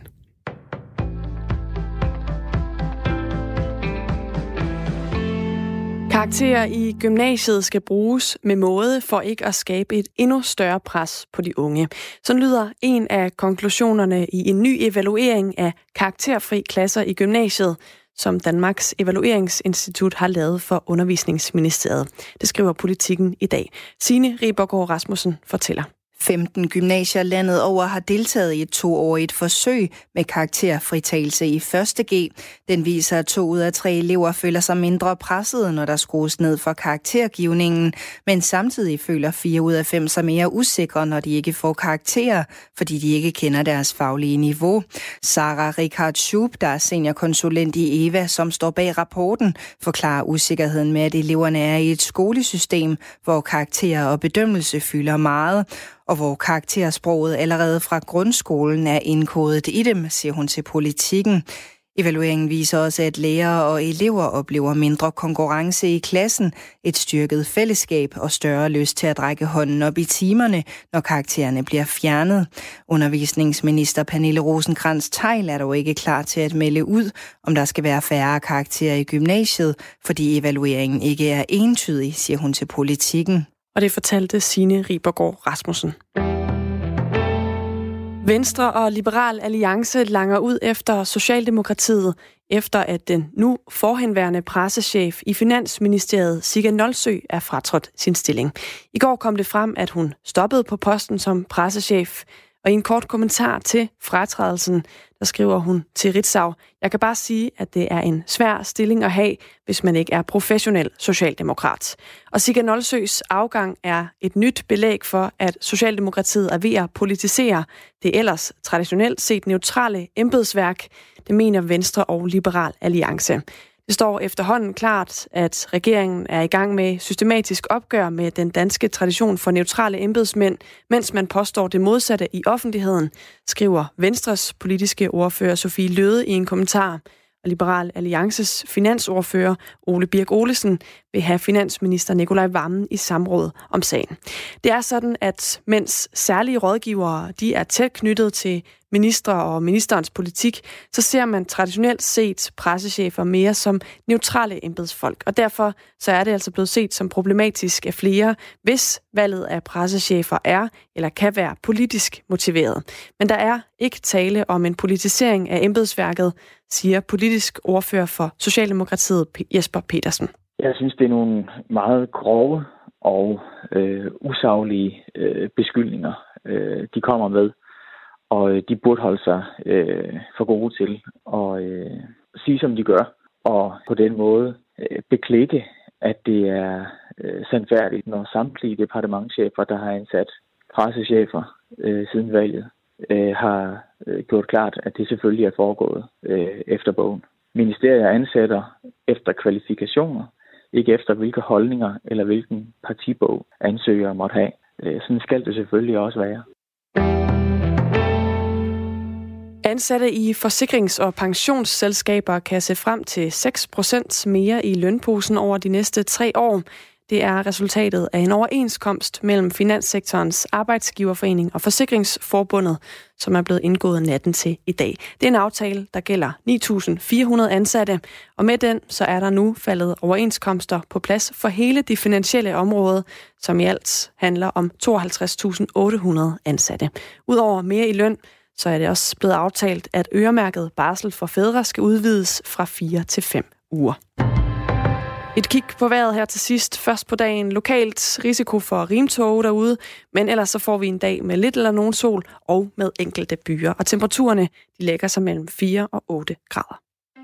Karakterer i gymnasiet skal bruges med måde for ikke at skabe et endnu større pres på de unge. Sådan lyder en af konklusionerne i en ny evaluering af karakterfri klasser i gymnasiet, som Danmarks Evalueringsinstitut har lavet for Undervisningsministeriet. Det skriver Politikken i dag. Signe Ribergaard Rasmussen fortæller. femten gymnasier landet over har deltaget i et toårigt forsøg med karakterfritagelse i første G. Den viser, at to ud af tre elever føler sig mindre presset, når der skrues ned for karaktergivningen, men samtidig føler fire ud af fem sig mere usikre, når de ikke får karakterer, fordi de ikke kender deres faglige niveau. Sara Richard Schub, der er seniorkonsulent i EVA, som står bag rapporten, forklarer usikkerheden med, at eleverne er i et skolesystem, hvor karakterer og bedømmelse fylder meget, og hvor karaktersproget allerede fra grundskolen er indkodet i dem, siger hun til Politikken. Evalueringen viser også, at lærere og elever oplever mindre konkurrence i klassen, et styrket fællesskab og større lyst til at række hånden op i timerne, når karaktererne bliver fjernet. Undervisningsminister Pernille Rosenkrantz-Theil er dog ikke klar til at melde ud, om der skal være færre karakterer i gymnasiet, fordi evalueringen ikke er entydig, siger hun til Politikken. Og det fortalte Signe Ribergaard Rasmussen. Venstre og Liberal Alliance langer ud efter Socialdemokratiet, efter at den nu forhenværende pressechef i Finansministeriet, Sigga Nolsøe, er fratrådt sin stilling. I går kom det frem, at hun stoppede på posten som pressechef, og i en kort kommentar til fratrædelsen, der skriver hun til Ritzau: "Jeg kan bare sige, at det er en svær stilling at have, hvis man ikke er professionel socialdemokrat." Og Sigga Nolsøes afgang er et nyt belæg for, at Socialdemokratiet er ved at politisere det ellers traditionelt set neutrale embedsværk. Det mener Venstre og Liberal Alliance. Det står efterhånden klart, at regeringen er i gang med systematisk opgør med den danske tradition for neutrale embedsmænd, mens man påstår det modsatte i offentligheden, skriver Venstres politiske ordfører Sofie Løhde i en kommentar. Og Liberal Alliances finansordfører Ole Birk Olesen vil have finansminister Nicolai Wammen i samråd om sagen. Det er sådan, at mens særlige rådgivere de er tæt knyttet til ministre og ministerens politik, så ser man traditionelt set pressechefer mere som neutrale embedsfolk. Og derfor så er det altså blevet set som problematisk af flere, hvis valget af pressechefer er eller kan være politisk motiveret. Men der er ikke tale om en politisering af embedsværket, siger politisk ordfører for Socialdemokratiet Jesper Petersen. Jeg synes, det er nogle meget grove og øh, usaglige øh, beskyldninger, øh, de kommer med. Og de burde holde sig øh, for gode til at øh, sige, som de gør. Og på den måde øh, beklikke, at det er øh, sandfærdigt, når samtlige departementschefer, der har ansat pressechefer øh, siden valget, øh, har øh, gjort klart, at det selvfølgelig er foregået øh, efter bogen. Ministeriet ansætter efter kvalifikationer, ikke efter hvilke holdninger eller hvilken partibog ansøgere måtte have. Sådan skal det selvfølgelig også være. Ansatte i forsikrings- og pensionsselskaber kan se frem til seks procent mere i lønposen over de næste tre år. Det er resultatet af en overenskomst mellem Finanssektorens Arbejdsgiverforening og Forsikringsforbundet, som er blevet indgået natten til i dag. Det er en aftale, der gælder ni tusind fire hundrede ansatte, og med den så er der nu faldet overenskomster på plads for hele det finansielle område, som i alt handler om tooghalvtreds tusind otte hundrede ansatte. Udover mere i løn, så er det også blevet aftalt, at øremærket barsel for fædre skal udvides fra fire til fem uger. Et kig på vejret her til sidst. Først på dagen lokalt risiko for rimtåge derude, men ellers så får vi en dag med lidt eller nogen sol og med enkelte byer. Og temperaturerne de lægger sig mellem fire og otte grader.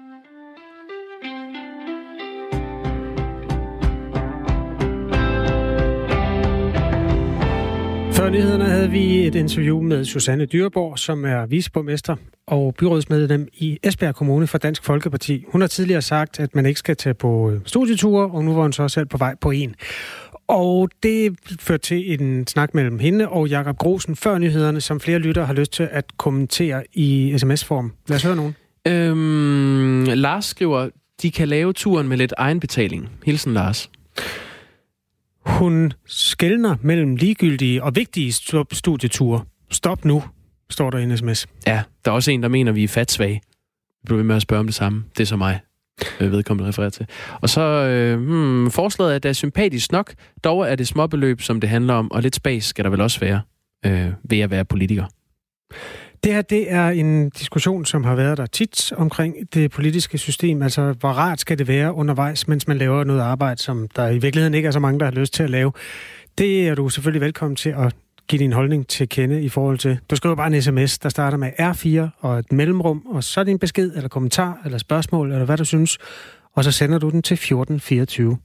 Før nyhederne havde vi et interview med Susanne Dyreborg, som er viceborgmester og byrådsmedlem i Esbjerg Kommune for Dansk Folkeparti. Hun har tidligere sagt, at man ikke skal tage på studieture, og nu var hun så selv på vej på en. Og det førte til en snak mellem hende og Jakob Grosen før nyhederne, som flere lyttere har lyst til at kommentere i sms-form. Lad os høre nogen. Øhm, Lars skriver, de kan lave turen med lidt egenbetaling. Hilsen Lars. Hun skelner mellem ligegyldige og vigtige studieture. Stop nu, står der i en sms. Ja, der er også en, der mener, vi er fatsvage. Vi bliver ved med at spørge om det samme. Det er så mig, vedkommende refererer til. Og så øh, hmm, forslaget er, at det er sympatisk nok. Dog er det småbeløb, som det handler om, og lidt spas skal der vel også være øh, ved at være politiker. Det her, det er en diskussion, som har været der tit omkring det politiske system. Altså, hvor rart skal det være undervejs, mens man laver noget arbejde, som der i virkeligheden ikke er så mange, der har lyst til at lave. Det er du selvfølgelig velkommen til at give din holdning til kende i forhold til. Du skriver bare en sms, der starter med R fire og et mellemrum, og så er det en besked, eller kommentar, eller spørgsmål, eller hvad du synes. Og så sender du den til fjorten fireogtyve.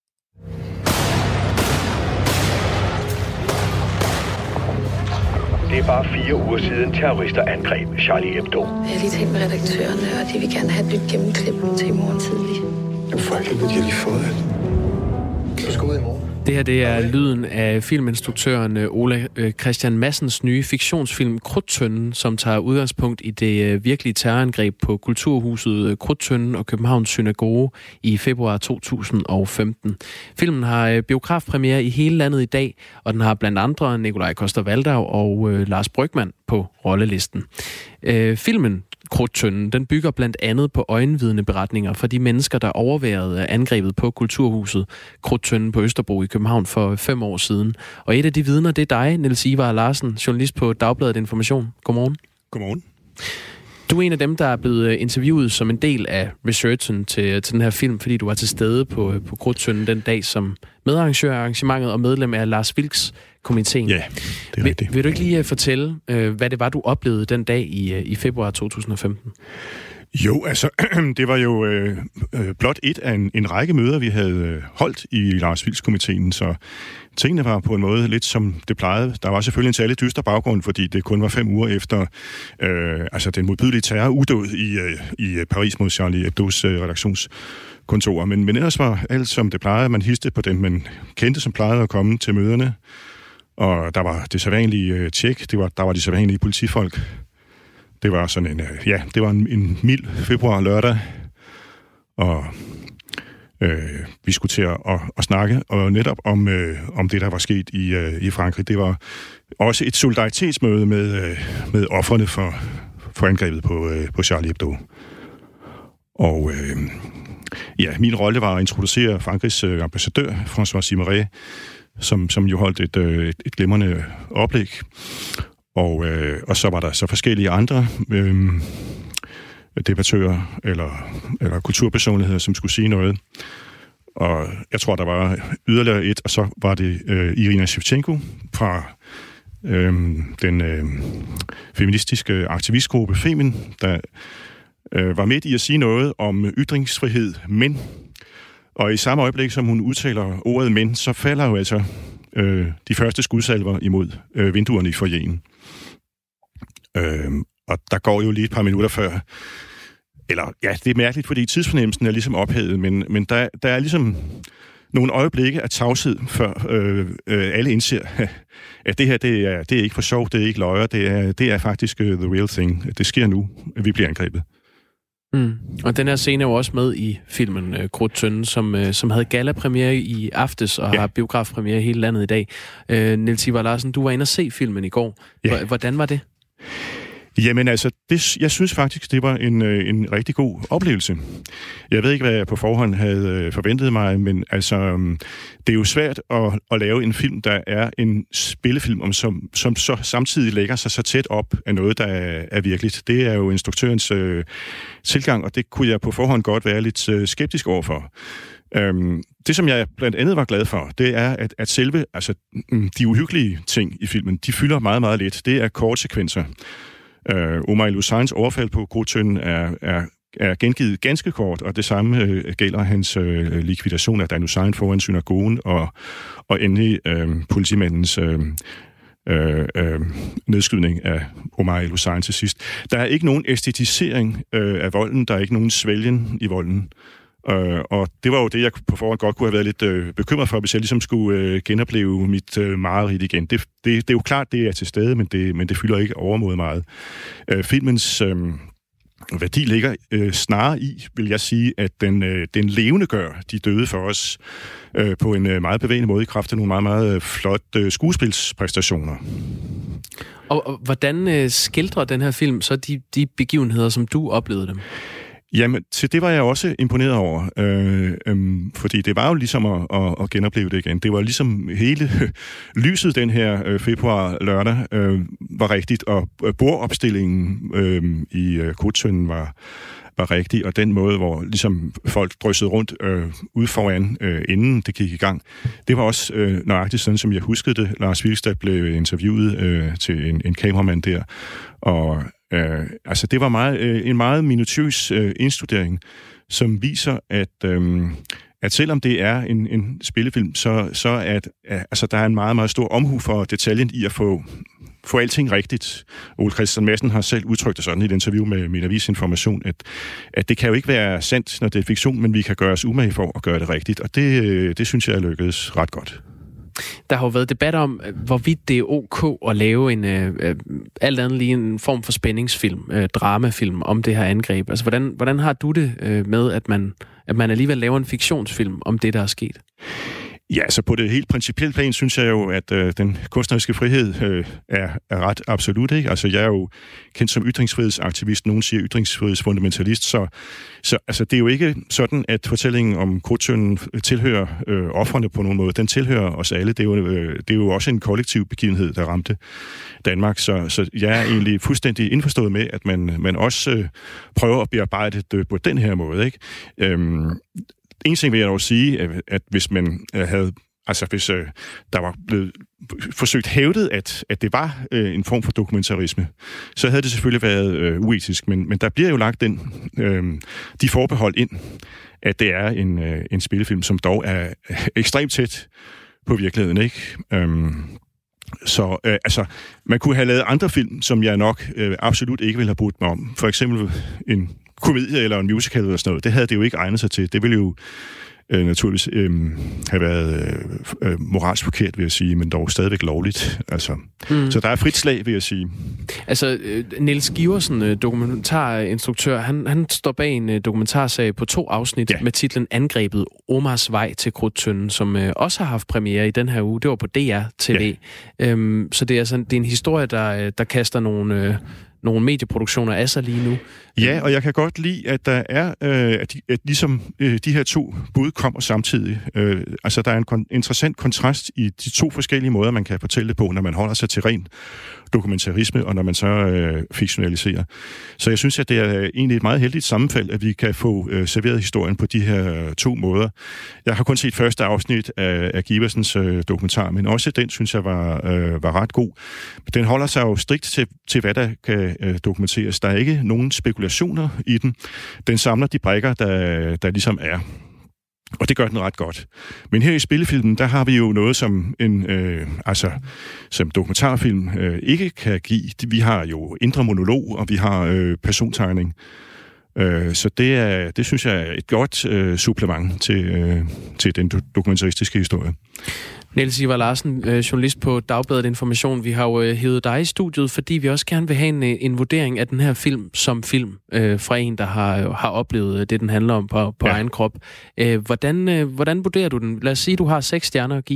Det er bare fire uger siden terrorister angreb Charlie Hebdo. Jeg har lige talt med redaktørerne, og de vil gerne have et nyt gennemklip til i morgen tidlig. Du får ikke de har lige fået det. Du skal ud i morgen. Det her, det er lyden af filminstruktøren Ole Christian Madsens nye fiktionsfilm Krudttønden, som tager udgangspunkt i det virkelige terrorangreb på Kulturhuset Krudttønden og Københavns Synagoge i februar to tusind og femten. Filmen har biografpremiere i hele landet i dag, og den har blandt andre Nikolaj Coster-Waldau og Lars Brygmann på rollelisten. Filmen Krudttønden, den bygger blandt andet på øjenvidneberetninger fra de mennesker, der overværede angrebet på Kulturhuset Krudttønden på Østerbro i København for fem år siden. Og et af de vidner, det er dig, Niels Ivar Larsen, journalist på Dagbladet Information. Godmorgen. Godmorgen. Du er en af dem, der er blevet interviewet som en del af researchen til, til den her film, fordi du var til stede på, på Krudttønden den dag som medarrangør af arrangementet og medlem af Lars Vilks komiteen. Ja, det er rigtigt. Vil, vil du ikke lige fortælle, hvad det var, du oplevede den dag i, i februar to tusind og femten? Jo, altså, det var jo øh, blot et af en, en række møder, vi havde holdt i Lars Vilks-komiteen, så tingene var på en måde lidt som det plejede. Der var selvfølgelig en særlig dyster baggrund, fordi det kun var fem uger efter øh, altså den modbydelige terror udød i, øh, i Paris mod Charlie Hebdos øh, redaktionskontor. Men, men ellers var alt som det plejede. Man hilste på dem, man kendte, som plejede at komme til møderne. Og der var det sædvanlige øh, tjek, det var, der var de sædvanlige politifolk. Det var sådan en, ja, det var en, en mild februar lørdag, og øh, vi skulle til at, at, at snakke og netop om, øh, om det, der var sket i, øh, i Frankrig. Det var også et solidaritetsmøde med, øh, med ofrene for, for angrebet på, øh, på Charlie Hebdo. Og øh, ja, min rolle var at introducere Frankrigs øh, ambassadør, François Simeré, som, som jo holdt et, øh, et, et glimrende oplæg. Og, øh, og så var der så forskellige andre øh, debattører eller, eller kulturpersonligheder, som skulle sige noget. Og jeg tror, der var yderligere et, og så var det øh, Irina Shevchenko fra øh, den øh, feministiske aktivistgruppe Femin, der øh, var midt i at sige noget om ytringsfrihed, men. Og i samme øjeblik, som hun udtaler ordet men, så falder jo altså øh, de første skudsalver imod øh, vinduerne i foyeren. Øh, og der går jo lige et par minutter før, eller ja, det er mærkeligt, fordi tidsfornemmelsen er ligesom ophævet, men, men der, der er ligesom nogle øjeblikke af tavshed, før øh, øh, alle indser, at det her, det er, det er ikke for sjov, det er ikke løjer, det er, det er faktisk uh, the real thing. Det sker nu, at vi bliver angrebet. Mm. Og den her scene er jo også med i filmen uh, Krudttønden, som, uh, som havde gala-premiere i aftes og ja. har biografpremiere i hele landet i dag. Uh, Niels Ivar Larsen, du var inde og se filmen i går. Ja. Hvordan var det? Jamen altså, det, jeg synes faktisk, det var en, en rigtig god oplevelse. Jeg ved ikke, hvad jeg på forhånd havde forventet mig, men altså, det er jo svært at, at lave en film, der er en spillefilm, om, som, som så samtidig lægger sig så tæt op af noget, der er, er virkeligt. Det er jo instruktørens øh, tilgang, og det kunne jeg på forhånd godt være lidt øh, skeptisk overfor. Øhm, det, som jeg blandt andet var glad for, det er, at, at selve, altså, de uhyggelige ting i filmen, de fylder meget, meget lidt. Det er kortsekvenser. Uh, Omar El-Husseins overfald på Krudttønden er, er, er gengivet ganske kort, og det samme uh, gælder hans uh, likvidation af Dan Hussein foran synagogen, og, og endelig uh, politimandens uh, uh, uh, nedskydning af Omar El-Hussein til sidst. Der er ikke nogen æstetisering uh, af volden, der er ikke nogen svælgen i volden. Uh, og det var jo det, jeg på forhånd godt kunne have været lidt uh, bekymret for, hvis jeg ligesom skulle uh, genopleve mit uh, mareridt igen. Det, det, det er jo klart, det er til stede, men det, men det fylder ikke overmåde meget. Uh, filmens uh, værdi ligger uh, snarere i, vil jeg sige, at den, uh, den levende gør de døde for os uh, på en uh, meget bevægende måde i kraft af nogle meget, meget uh, flotte uh, skuespilspræstationer. Og, og hvordan uh, skildrer den her film så de, de begivenheder, som du oplevede dem? Jamen, til det var jeg også imponeret over, øh, øh, fordi det var jo ligesom at, at, at genopleve det igen. Det var ligesom hele lyset den her øh, februar lørdag øh, var rigtigt, og bordopstillingen øh, i øh, Krudttønden var, var rigtig, og den måde, hvor ligesom folk dryssede rundt øh, ude foran, øh, inden det gik i gang, det var også øh, nøjagtigt sådan, som jeg huskede det. Lars Vilstad blev interviewet øh, til en, en kameramand der, og Øh, altså, det var meget, øh, en meget minutiøs øh, indstudering, som viser, at, øh, at selvom det er en, en spillefilm, så, så at, øh, altså, der er en meget, meget stor omhu for detaljen i at få, få alting rigtigt. Ole Christian Madsen har selv udtrykt det sådan i et interview med min avisinformation, at, at det kan jo ikke være sandt, når det er fiktion, men vi kan gøre os umage for at gøre det rigtigt, og det, øh, det synes jeg er lykkedes ret godt. Der har jo været debat om, hvorvidt det er ok at lave en øh, alt andet lige en form for spændingsfilm, øh, dramafilm om det her angreb. Altså, hvordan, hvordan har du det øh, med, at man, at man alligevel laver en fiktionsfilm om det, der er sket? Ja, så på det helt principielle plan, synes jeg jo, at øh, den kunstneriske frihed øh, er, er ret absolut, ikke? Altså, jeg er jo kendt som ytringsfrihedsaktivist, nogen siger ytringsfrihedsfundamentalist, så, så altså, det er jo ikke sådan, at fortællingen om Krudttønden tilhører øh, ofrene på nogen måde. Den tilhører os alle. Det er jo, øh, det er jo også en kollektiv begivenhed, der ramte Danmark, så, så jeg er egentlig fuldstændig indforstået med, at man, man også øh, prøver at bearbejde det på den her måde, ikke? Øhm, En ting vil jeg dog sige, at, at hvis man øh, havde, altså hvis øh, der var blevet forsøgt hævdet, at, at det var øh, en form for dokumentarisme, så havde det selvfølgelig været øh, uetisk, men, men der bliver jo lagt den, øh, de forbehold ind, at det er en, øh, en spillefilm, som dog er øh, ekstremt tæt på virkeligheden, ikke? Øhm, så øh, altså, man kunne have lavet andre film, som jeg nok øh, absolut ikke ville have brudt mig om. For eksempel en komedie eller en musical eller sådan noget. Det havde det jo ikke egnet sig til. Det ville jo øh, naturligvis øh, have været øh, moralsk forkert, vil jeg sige, men dog stadigvæk lovligt. Altså, mm. Så der er frit slag, vil jeg sige. Altså, øh, Niels Giversen, øh, dokumentarinstruktør, han, han står bag en øh, dokumentarserie på to afsnit ja. med titlen Angrebet Omars vej til Krudttønden, som øh, også har haft premiere i den her uge. Det var på D R T V. Ja. Øhm, så det er, sådan, det er en historie, der, der kaster nogle... Øh, nogle medieproduktioner af sig lige nu. Ja, og jeg kan godt lide, at der er, øh, at, de, at ligesom øh, de her to bud kommer samtidig. Øh, altså, der er en kon- interessant kontrast i de to forskellige måder, man kan fortælle det på, når man holder sig til ren dokumentarisme, og når man så øh, fiktionaliserer. Så jeg synes, at det er egentlig et meget heldigt sammenfald, at vi kan få øh, serveret historien på de her to måder. Jeg har kun set første afsnit af, af Giversens øh, dokumentar, men også den, synes jeg, var, øh, var ret god. Den holder sig jo strikt til, til hvad der kan øh, dokumenteres. Der er ikke nogen spekulationer i den. Den samler de brækker, der, der ligesom er. Og det gør den ret godt. Men her i spillefilmen, der har vi jo noget, som en øh, altså som dokumentarfilm øh, ikke kan give. Vi har jo indre monolog, og vi har øh, persontegning. Øh, så det, er, det synes jeg er et godt øh, supplement til, øh, til den dokumentaristiske historie. Niels Ivar Larsen, øh, journalist på Dagbladet Information. Vi har jo øh, hævet dig i studiet, fordi vi også gerne vil have en, en vurdering af den her film som film øh, fra en, der har, har oplevet det, den handler om på, på ja. egen krop. Øh, hvordan, øh, hvordan vurderer du den? Lad os sige, du har seks stjerner at give.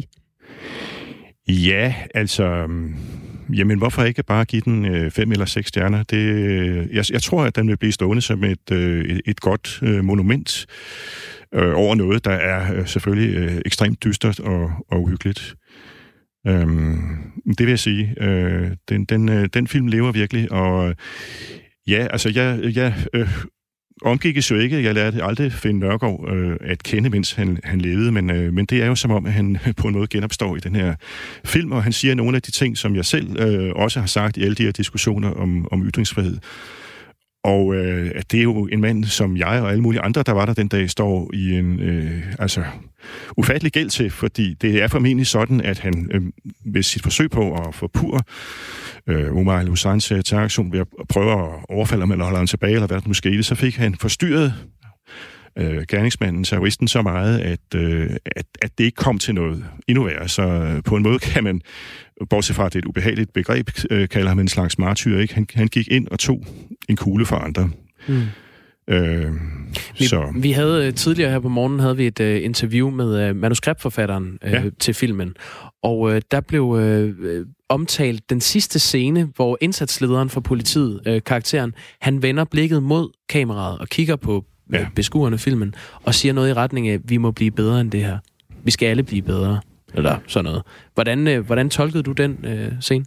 Ja, altså... Jamen, hvorfor ikke bare give den øh, fem eller seks stjerner? Det, øh, jeg, jeg tror, at den vil blive stående som et, øh, et, et godt øh, monument øh, over noget, der er øh, selvfølgelig øh, ekstremt dystert og, og uhyggeligt. Øhm, det vil jeg sige. Øh, den, den, øh, den film lever virkelig, og ja, altså, jeg... jeg øh, omgikkes jo ikke. Jeg lærte aldrig Finn Nørgaard øh, at kende, mens han, han levede, men, øh, men det er jo som om, at han på en måde genopstår i den her film, og han siger nogle af de ting, som jeg selv øh, også har sagt i alle de her diskussioner om, om ytringsfrihed. Og øh, at det er jo en mand, som jeg og alle mulige andre, der var der den dag, står i en øh, altså ufattelig gæld til, fordi det er formentlig sådan, at han øh, ved sit forsøg på at forpurre øh, Omar al-Husseins terroraktion ved at prøve at overfalde ham eller holde ham tilbage, eller hvad det nu skete, så fik han forstyrret øh, gerningsmanden, terroristen, så meget, at, øh, at, at det ikke kom til noget endnu værre. Så øh, på en måde kan man, bortset fra at det er et ubehageligt begreb, øh, kalder ham en slags martyr, ikke? Han, han gik ind og tog en kugle for andre. Mm. Øh, vi, så. vi havde tidligere her på morgenen havde vi et uh, interview med uh, manuskriptforfatteren uh, ja. til filmen, og uh, der blev uh, omtalt den sidste scene, hvor indsatslederen for politiet, uh, karakteren, han vender blikket mod kameraet og kigger på ja. uh, beskuerne filmen og siger noget i retning af, vi må blive bedre end det her. Vi skal alle blive bedre, eller sådan noget. Hvordan, uh, hvordan tolkede du den uh, scene?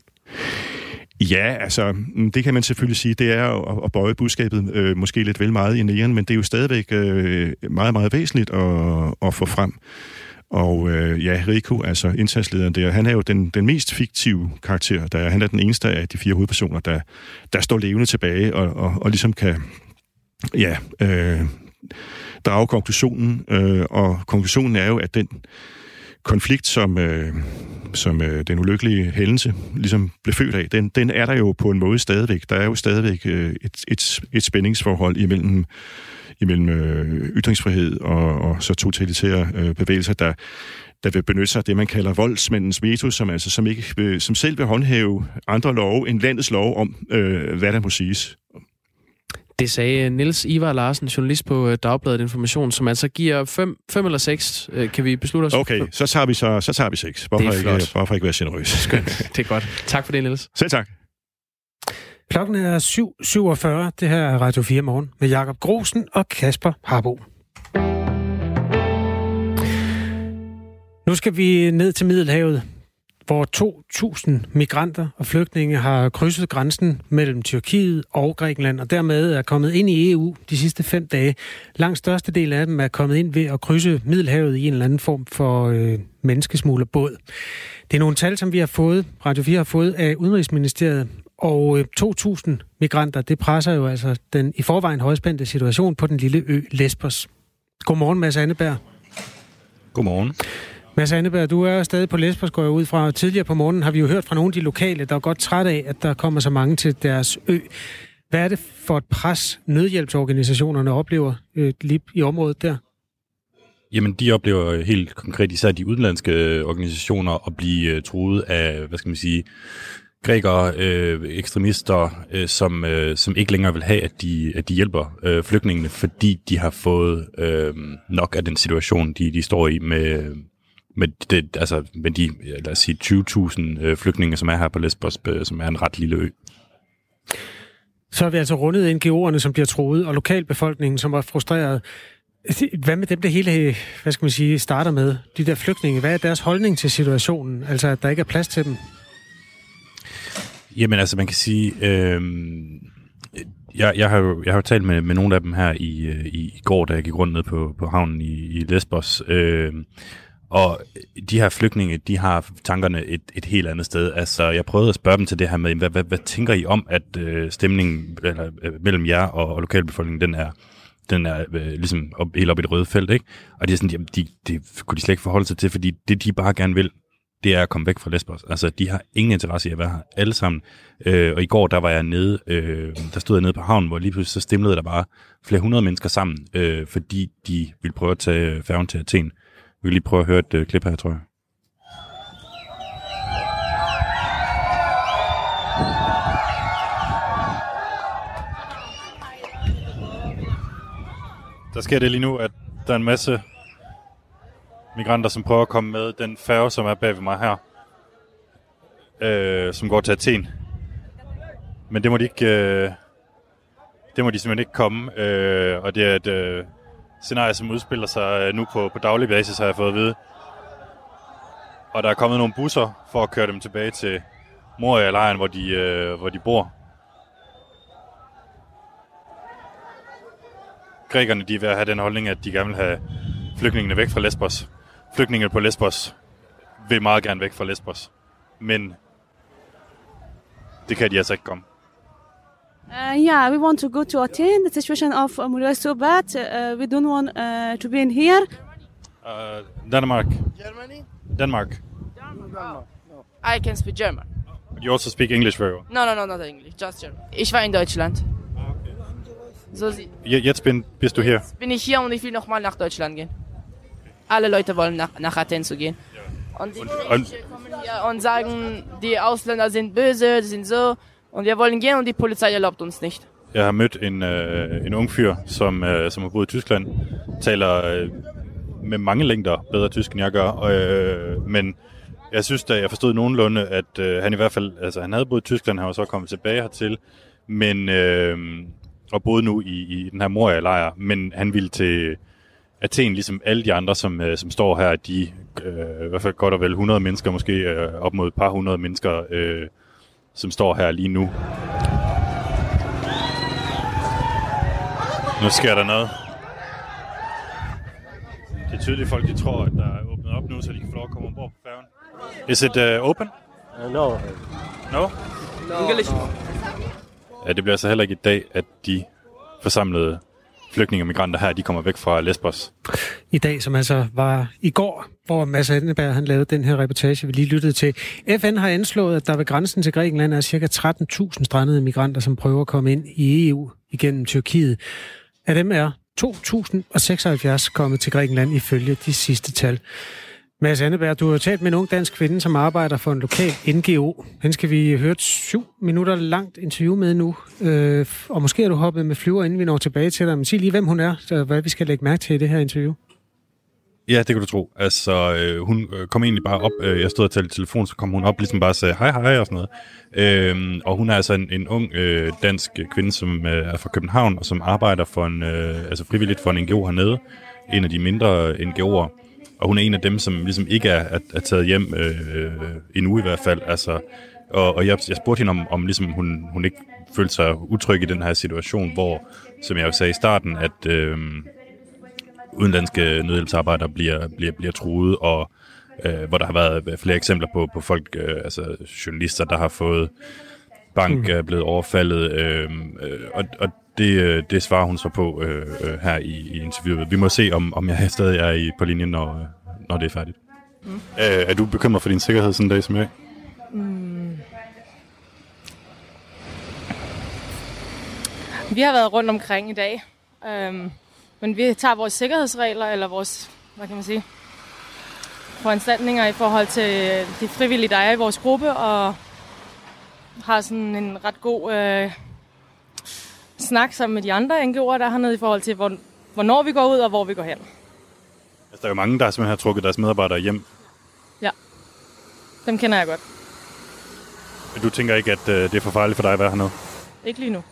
Ja, altså, det kan man selvfølgelig sige. Det er at, at bøje budskabet øh, måske lidt vel meget i næren, men det er jo stadigvæk øh, meget, meget væsentligt at, at få frem. Og øh, ja, Rico, altså indsatslederen der, han er jo den, den mest fiktive karakter. Der er, han er den eneste af de fire hovedpersoner, der, der står levende tilbage og, og, og ligesom kan ja, øh, drage konklusionen. Øh, og konklusionen er jo, at den konflikt, som, øh, som øh, den ulykkelige hændelse ligesom blev født af, den, den er der jo på en måde stadigvæk. Der er jo stadigvæk øh, et, et, et spændingsforhold imellem, imellem øh, ytringsfrihed og, og så totalitære øh, bevægelser, der, der vil benytte sig af det, man kalder voldsmændens veto, som, altså, som, ikke vil, som selv vil håndhæve andre love end landets lov om, øh, hvad der må siges. Det sagde Niels Ivar Larsen, journalist på Dagbladet Information, som altså giver fem, fem eller seks. Kan vi beslutte os? Okay, så tager vi, så, så tager vi seks. Hvorfor ikke, hvorfor ikke være generøs? Skønt. Det er godt. Tak for det, Niels. Selv tak. Klokken er syv syvogfyrre. Det her er Radio fire Morgen med Jakob Grosen og Kasper Harbo. Nu skal vi ned til Middelhavet, hvor to tusind migranter og flygtninge har krydset grænsen mellem Tyrkiet og Grækenland, og dermed er kommet ind i E U de sidste fem dage. Langt største del af dem er kommet ind ved at krydse Middelhavet i en eller anden form for øh, menneskesmuglerbåd. Det er nogle tal, som vi har fået, Radio fire har fået af Udenrigsministeriet, og øh, to tusind migranter, det presser jo altså den i forvejen højspændte situation på den lille ø Lesbos. Godmorgen, Mads Anneberg. Godmorgen. Mads Anneberg, du er stadig på Lesbos, går jeg ud fra. Tidligere på morgenen har vi jo hørt fra nogle af de lokale, der er godt træt af, at der kommer så mange til deres ø. Hvad er det for et pres, nødhjælpsorganisationerne oplever øh, lige i området der? Jamen, de oplever helt konkret, især de udenlandske organisationer, at blive uh, truet af, hvad skal man sige, grækere, øh, ekstremister, øh, som, øh, som ikke længere vil have, at de, at de hjælper øh, flygtningene, fordi de har fået øh, nok af den situation, de, de står i med... Med, det, altså, med de, lad os sige, tyve tusind øh, flygtninge, som er her på Lesbos, øh, som er en ret lille ø. Så har vi altså rundet N G O'erne, som bliver troet, og lokalbefolkningen, som er frustreret. Hvad med dem, det hele, hvad skal man sige, starter med? De der flygtninge, hvad er deres holdning til situationen? Altså, at der ikke er plads til dem? Jamen, altså, man kan sige... Øh, jeg, jeg har jo jeg har talt med, med nogle af dem her i, i, i går, da jeg gik rundt ned på, på havnen i, i Lesbos. Øh, Og de her flygtninge, de har tankerne et, et helt andet sted. Altså, jeg prøvede at spørge dem til det her med, hvad, hvad, hvad tænker I om, at øh, stemningen eller, øh, mellem jer og, og lokalbefolkningen, den er, den er øh, ligesom op, helt op i det røde felt, ikke? Og det er sådan, jamen, de, det kunne de slet ikke forholde sig til, fordi det, de bare gerne vil, det er at komme væk fra Lesbos. Altså, de har ingen interesse i at være her, alle sammen. Øh, og i går, der var jeg nede, øh, der stod jeg nede på havnen, hvor lige pludselig så stimlede der bare flere hundrede mennesker sammen, øh, fordi de ville prøve at tage færgen til Athen. Vi vil lige prøve at høre et øh, klip her, tror jeg. Der sker det lige nu, at der er en masse migranter, som prøver at komme med den færge, som er bag ved mig her, øh, som går til Athen. Men det må de ikke, øh, det må de simpelthen ikke komme, øh, og det er et øh, scenarie, som udspiller sig nu på, på daglig basis, har jeg fået at vide. Og der er kommet nogle busser for at køre dem tilbage til Moria-lejren, hvor de, øh, hvor de bor. Grækerne, de er ved at have den holdning, at de gerne vil have flygtningene væk fra Lesbos. Flygtningene på Lesbos vil meget gerne væk fra Lesbos. Men det kan de altså ikke komme. Uh, yeah, we want to go to Athens. The situation of uh, Moria is so bad. Uh, we don't want uh, to be in here. Uh, Denmark. Germany? Denmark. Denmark. No. I can speak German. But you also speak English very well. No, no, no, not English, just German. Ich war in Deutschland. So, sie, Jetzt bin, bist du hier. Jetzt bin ich hier und ich will nochmal nach Deutschland gehen. Alle Leute wollen nach, nach Athen zu gehen. Und die und, und, kommen hier und sagen, die Ausländer sind böse, die sind so. Und wir wollen gehen und die Polizei erlaubt uns nicht. Jeg har mødt en, øh, en ung fyr, som, øh, som har boet i Tyskland, taler øh, med mange længder bedre tysk, end jeg gør. Øh, men jeg synes, da jeg forstod nogenlunde, at øh, han i hvert fald, altså han havde boet i Tyskland, han var så kommet tilbage hertil, men... Øh, og boede nu i, i den her Moria-lejr, men han ville til Athen, ligesom alle de andre, som, øh, som står her, de øh, i hvert fald godt og vel hundrede mennesker, måske øh, op mod et par hundrede mennesker, øh, som står her lige nu. Nu sker der noget. Det er tydeligt, folk de tror, at der er åbnet op nu, så de kan få lov at komme ombord på færgen. Is it uh, open? Uh, no. No? No. English. Ja, det bliver altså heller ikke i dag, at de forsamlede flygtninge og migranter her, de kommer væk fra Lesbos. I dag, som altså var i går, hvor Mads Anneberg han lavede den her reportage, vi lige lyttede til. F N har anslået, at der ved grænsen til Grækenland er ca. tretten tusind strandede migranter, som prøver at komme ind i E U igennem Tyrkiet. Af dem er to tusind seksoghalvfjerds kommet til Grækenland ifølge de sidste tal. Mads Anneberg, du har talt med en ung dansk kvinde, som arbejder for en lokal N G O. Den skal vi høre et syv minutter langt interview med nu. Øh, og måske er du hoppet med flyver, inden vi når tilbage til dig. Men sig lige, hvem hun er, så hvad vi skal lægge mærke til i det her interview. Ja, det kan du tro. Altså, øh, hun kom egentlig bare op. Øh, jeg stod og talte i telefon, så kom hun op ligesom bare og sagde hej, hej og sådan noget. Øh, og hun er altså en, en ung øh, dansk kvinde, som øh, er fra København, og som arbejder for en, øh, altså frivilligt for en N G O hernede. En af de mindre N G O'er. Og hun er en af dem, som ligesom ikke er, er, er taget hjem øh, endnu i hvert fald. Altså, og og jeg, jeg spurgte hende, om, om ligesom hun, hun ikke følte sig utryg i den her situation, hvor, som jeg jo sagde i starten, at øh, udenlandske nødhjælpsarbejdere bliver, bliver, bliver truet, og øh, hvor der har været flere eksempler på, på folk, øh, altså journalister, der har fået bank, er blevet overfaldet, øh, øh, og, og det, det svarer hun så på øh, øh, her i, i interviewet. Vi må se, om, om jeg stadig er i, på linjen, når, når det er færdigt. Mm. Øh, er du bekymret for din sikkerhed sådan en dag som jeg? Mm. Vi har været rundt omkring i dag, øhm, men vi tager vores sikkerhedsregler, eller vores, hvad kan man sige, foranstaltninger i forhold til de frivillige, der er i vores gruppe, og har sådan en ret god øh, snak sammen med de andre N G O'er, der er hernede i forhold til, hvor, hvornår vi går ud, og hvor vi går hen. Altså, der er jo mange, der simpelthen har trukket deres medarbejdere hjem. Ja, dem kender jeg godt. Men du tænker ikke, at øh, det er for farligt for dig at være hernede? Ikke lige nu.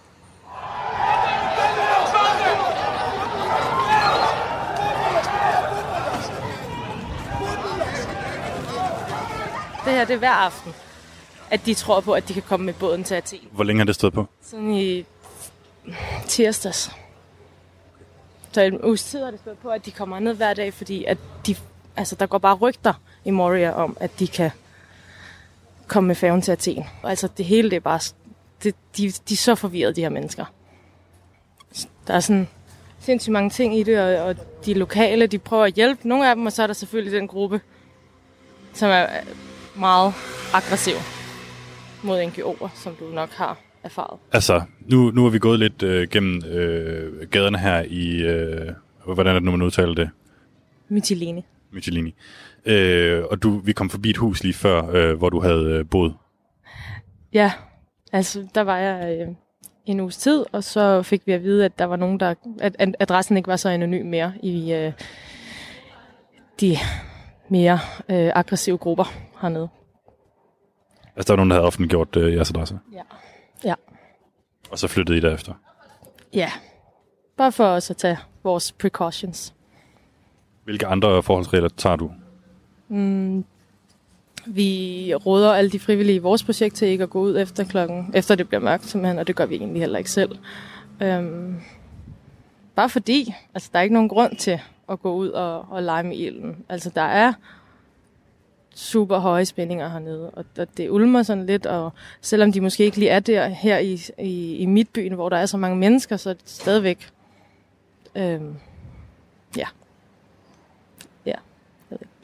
Det her, det er hver aften, at de tror på, at de kan komme med båden til Athen. Hvor længe har det stået på? Sådan i tirsdags. Så en uges tid har det stået på, at de kommer ned hver dag, fordi at de, altså, der går bare rygter i Moria om, at de kan komme med færgen til Athen. Og altså det hele, det er bare, det, de, de er så forvirrede, de her mennesker. Der er sådan sindssygt mange ting i det, og, og de lokale, de prøver at hjælpe nogle af dem, og så er der selvfølgelig den gruppe, som er meget aggressiv mod N G O'er, som du nok har erfaret. Altså, nu, nu er vi gået lidt øh, gennem øh, gaderne her i, øh, hvordan er det nu, man udtaler det? Mytilene. Mytilene. Øh, og du, vi kom forbi et hus lige før, øh, hvor du havde øh, boet. Ja, altså der var jeg øh, en uges tid, og så fik vi at vide, at der var nogen, der, at adressen ikke var så anonym mere i øh, de mere øh, aggressive grupper hernede. Altså der var nogen, der havde offentliggjort øh, jeres adresse? Ja. Ja. Og så flyttede I derefter? Ja, bare for os at tage vores precautions. Hvilke andre forholdsregler tager du? Mm, vi råder alle de frivillige i vores projekt til ikke at gå ud efter klokken, efter det bliver mørkt simpelthen, og det gør vi egentlig heller ikke selv. Øhm, bare fordi, altså der er ikke nogen grund til at gå ud og, og lege med ilden. Altså der er super høje spændinger hernede, og det ulmer sådan lidt, og selvom de måske ikke lige er der her i, i, i midtbyen, hvor der er så mange mennesker, så er det stadigvæk, øhm, ja. Ja, jeg ved ikke.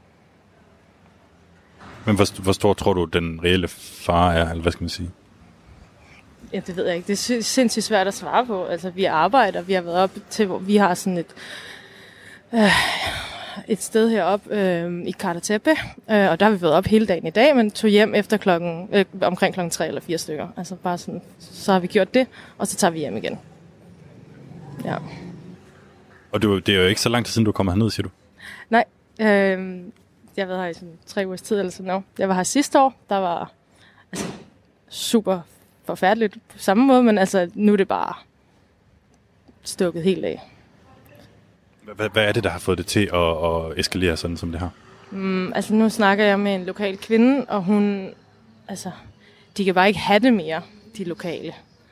Men hvor, hvor stor tror du, den reelle fare er, eller hvad skal man sige? Ja, det ved jeg ikke. Det er sindssygt svært at svare på. Altså, vi arbejder, vi har været op til, hvor vi har sådan et, øh, et sted heroppe øh, i Kartatepe, øh, og der har vi været op hele dagen i dag, men tog hjem efter klokken, øh, omkring klokken tre eller fire stykker. Altså bare sådan, så har vi gjort det, og så tager vi hjem igen. Ja. Og du, det er jo ikke så lang tid siden, du kommer herned, siger du? Nej, øh, jeg har været her i sådan tre ugers tid eller sådan noget. Jeg var her sidste år, der var altså, super forfærdeligt på samme måde, men altså nu er det bare stukket helt af. Hvad, hvad er det, der har fået det til at, at eskalere sådan som det her? Mm, altså nu snakker jeg med en lokal kvinde, og hun, altså, de kan bare ikke have det mere, de lokale.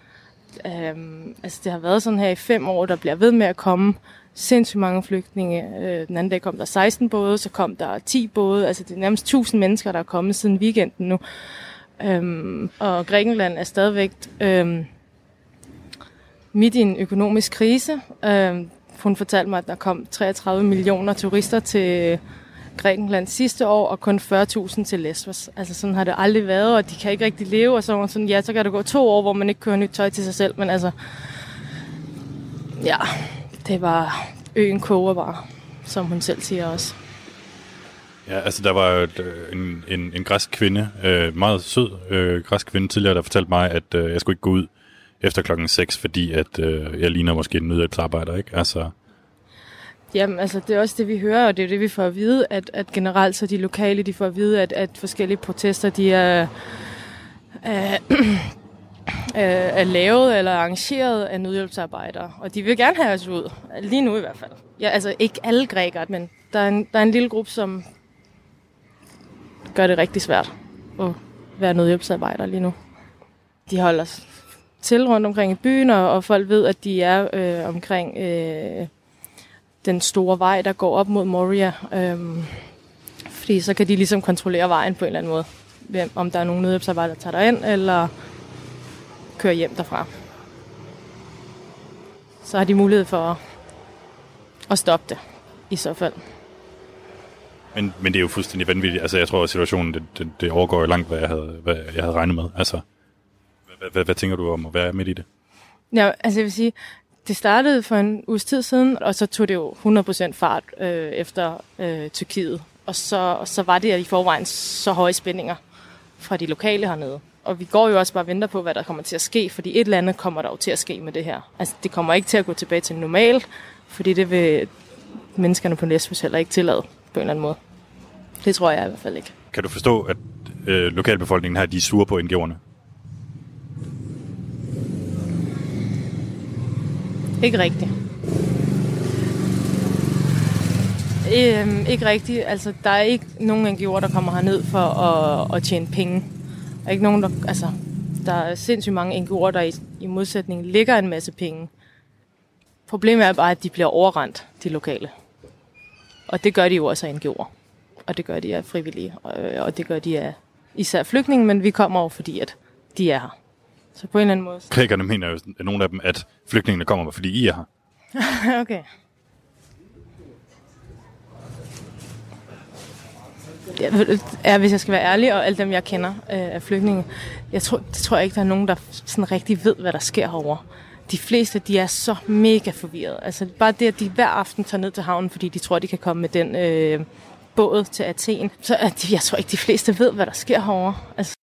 Um, altså det har været sådan her i fem år, der bliver ved med at komme sindssygt mange flygtninge. Uh, den anden dag kom der seksten både, så kom der ti både. Altså det er nærmest tusind mennesker, der er kommet siden weekenden nu. Um, og Grækenland er stadigvæk um, midt i en økonomisk krise. Um, hun fortalte mig, at der kom treogtredive millioner turister til Grækenland sidste år, og kun fyrre tusind til Lesbos. Altså sådan har det aldrig været, og de kan ikke rigtig leve, og så var sådan, ja, så kan det gå to år, hvor man ikke kører nyt tøj til sig selv, men altså, ja, det var øen koger bare, som hun selv siger også. Ja, altså der var jo en, en, en græsk kvinde, øh, meget sød øh, græsk kvinde tidligere, der fortalte mig, at øh, jeg skulle ikke gå ud efter klokken seks, fordi at øh, jeg ligner måske en nødhjælpsarbejder, ikke? Altså... Jamen, altså, det er også det, vi hører, og det er det, vi får at vide, at, at generelt så de lokale, de får at vide, at, at forskellige protester, de er, er, er lavet eller arrangeret af nødhjælpsarbejdere, og de vil gerne have os ud, lige nu i hvert fald. Ja, altså, ikke alle grækere, men der er en, der er en lille gruppe, som gør det rigtig svært at være nødhjælpsarbejder lige nu. De holder til rundt omkring i byen, og, og folk ved, at de er øh, omkring... Øh, den store vej, der går op mod Moria. Øhm, fordi så kan de ligesom kontrollere vejen på en eller anden måde. Om der er nogen nødhjælpsarbejdere, der tager derind, eller kører hjem derfra. Så har de mulighed for at, at stoppe det, i så fald. Men, men det er jo fuldstændig vanvittigt. Altså, jeg tror, at situationen, det, det, det overgår jo langt, hvad jeg havde, hvad jeg havde regnet med. Altså, hvad, hvad, hvad tænker du om at være midt i det? Ja, altså jeg vil sige, det startede for en uges tid siden, og så tog det jo hundrede procent fart øh, efter øh, Tyrkiet. Og så, og så var det i forvejen så høje spændinger fra de lokale hernede. Og vi går jo også bare og venter på, hvad der kommer til at ske, fordi et eller andet kommer der jo til at ske med det her. Altså, det kommer ikke til at gå tilbage til normalt, fordi det vil menneskerne på Lesbos heller ikke tillade på en eller anden måde. Det tror jeg i hvert fald ikke. Kan du forstå, at øh, lokalbefolkningen her, de er sure på N G O'erne? Ikke rigtigt. Øhm, ikke rigtigt. Altså, der er ikke nogen N G O'er, der kommer herned for at, at tjene penge. Der er ikke nogen, der... Altså, der er sindssygt mange N G O'er, der i, i modsætning ligger en masse penge. Problemet er bare, at de bliver overrendt, de lokale. Og det gør de jo også af N G O'er. Og det gør de af frivillige. Og, og det gør de af især flygtninge, men vi kommer over, fordi at de er her. Så på en eller anden måde... Grækerne mener jo, nogle af dem, at flygtningene kommer, fordi I er her. Okay. Ja, hvis jeg skal være ærlig, og alle dem, jeg kender øh, af flygtninge, jeg tror, det tror jeg ikke, der er nogen, der sådan rigtig ved, hvad der sker herovre. De fleste, de er så mega forvirrede. Altså bare det, at de hver aften tager ned til havnen, fordi de tror, de kan komme med den øh, båd til Athen. Så at, jeg tror ikke, de fleste ved, hvad der sker herovre. Altså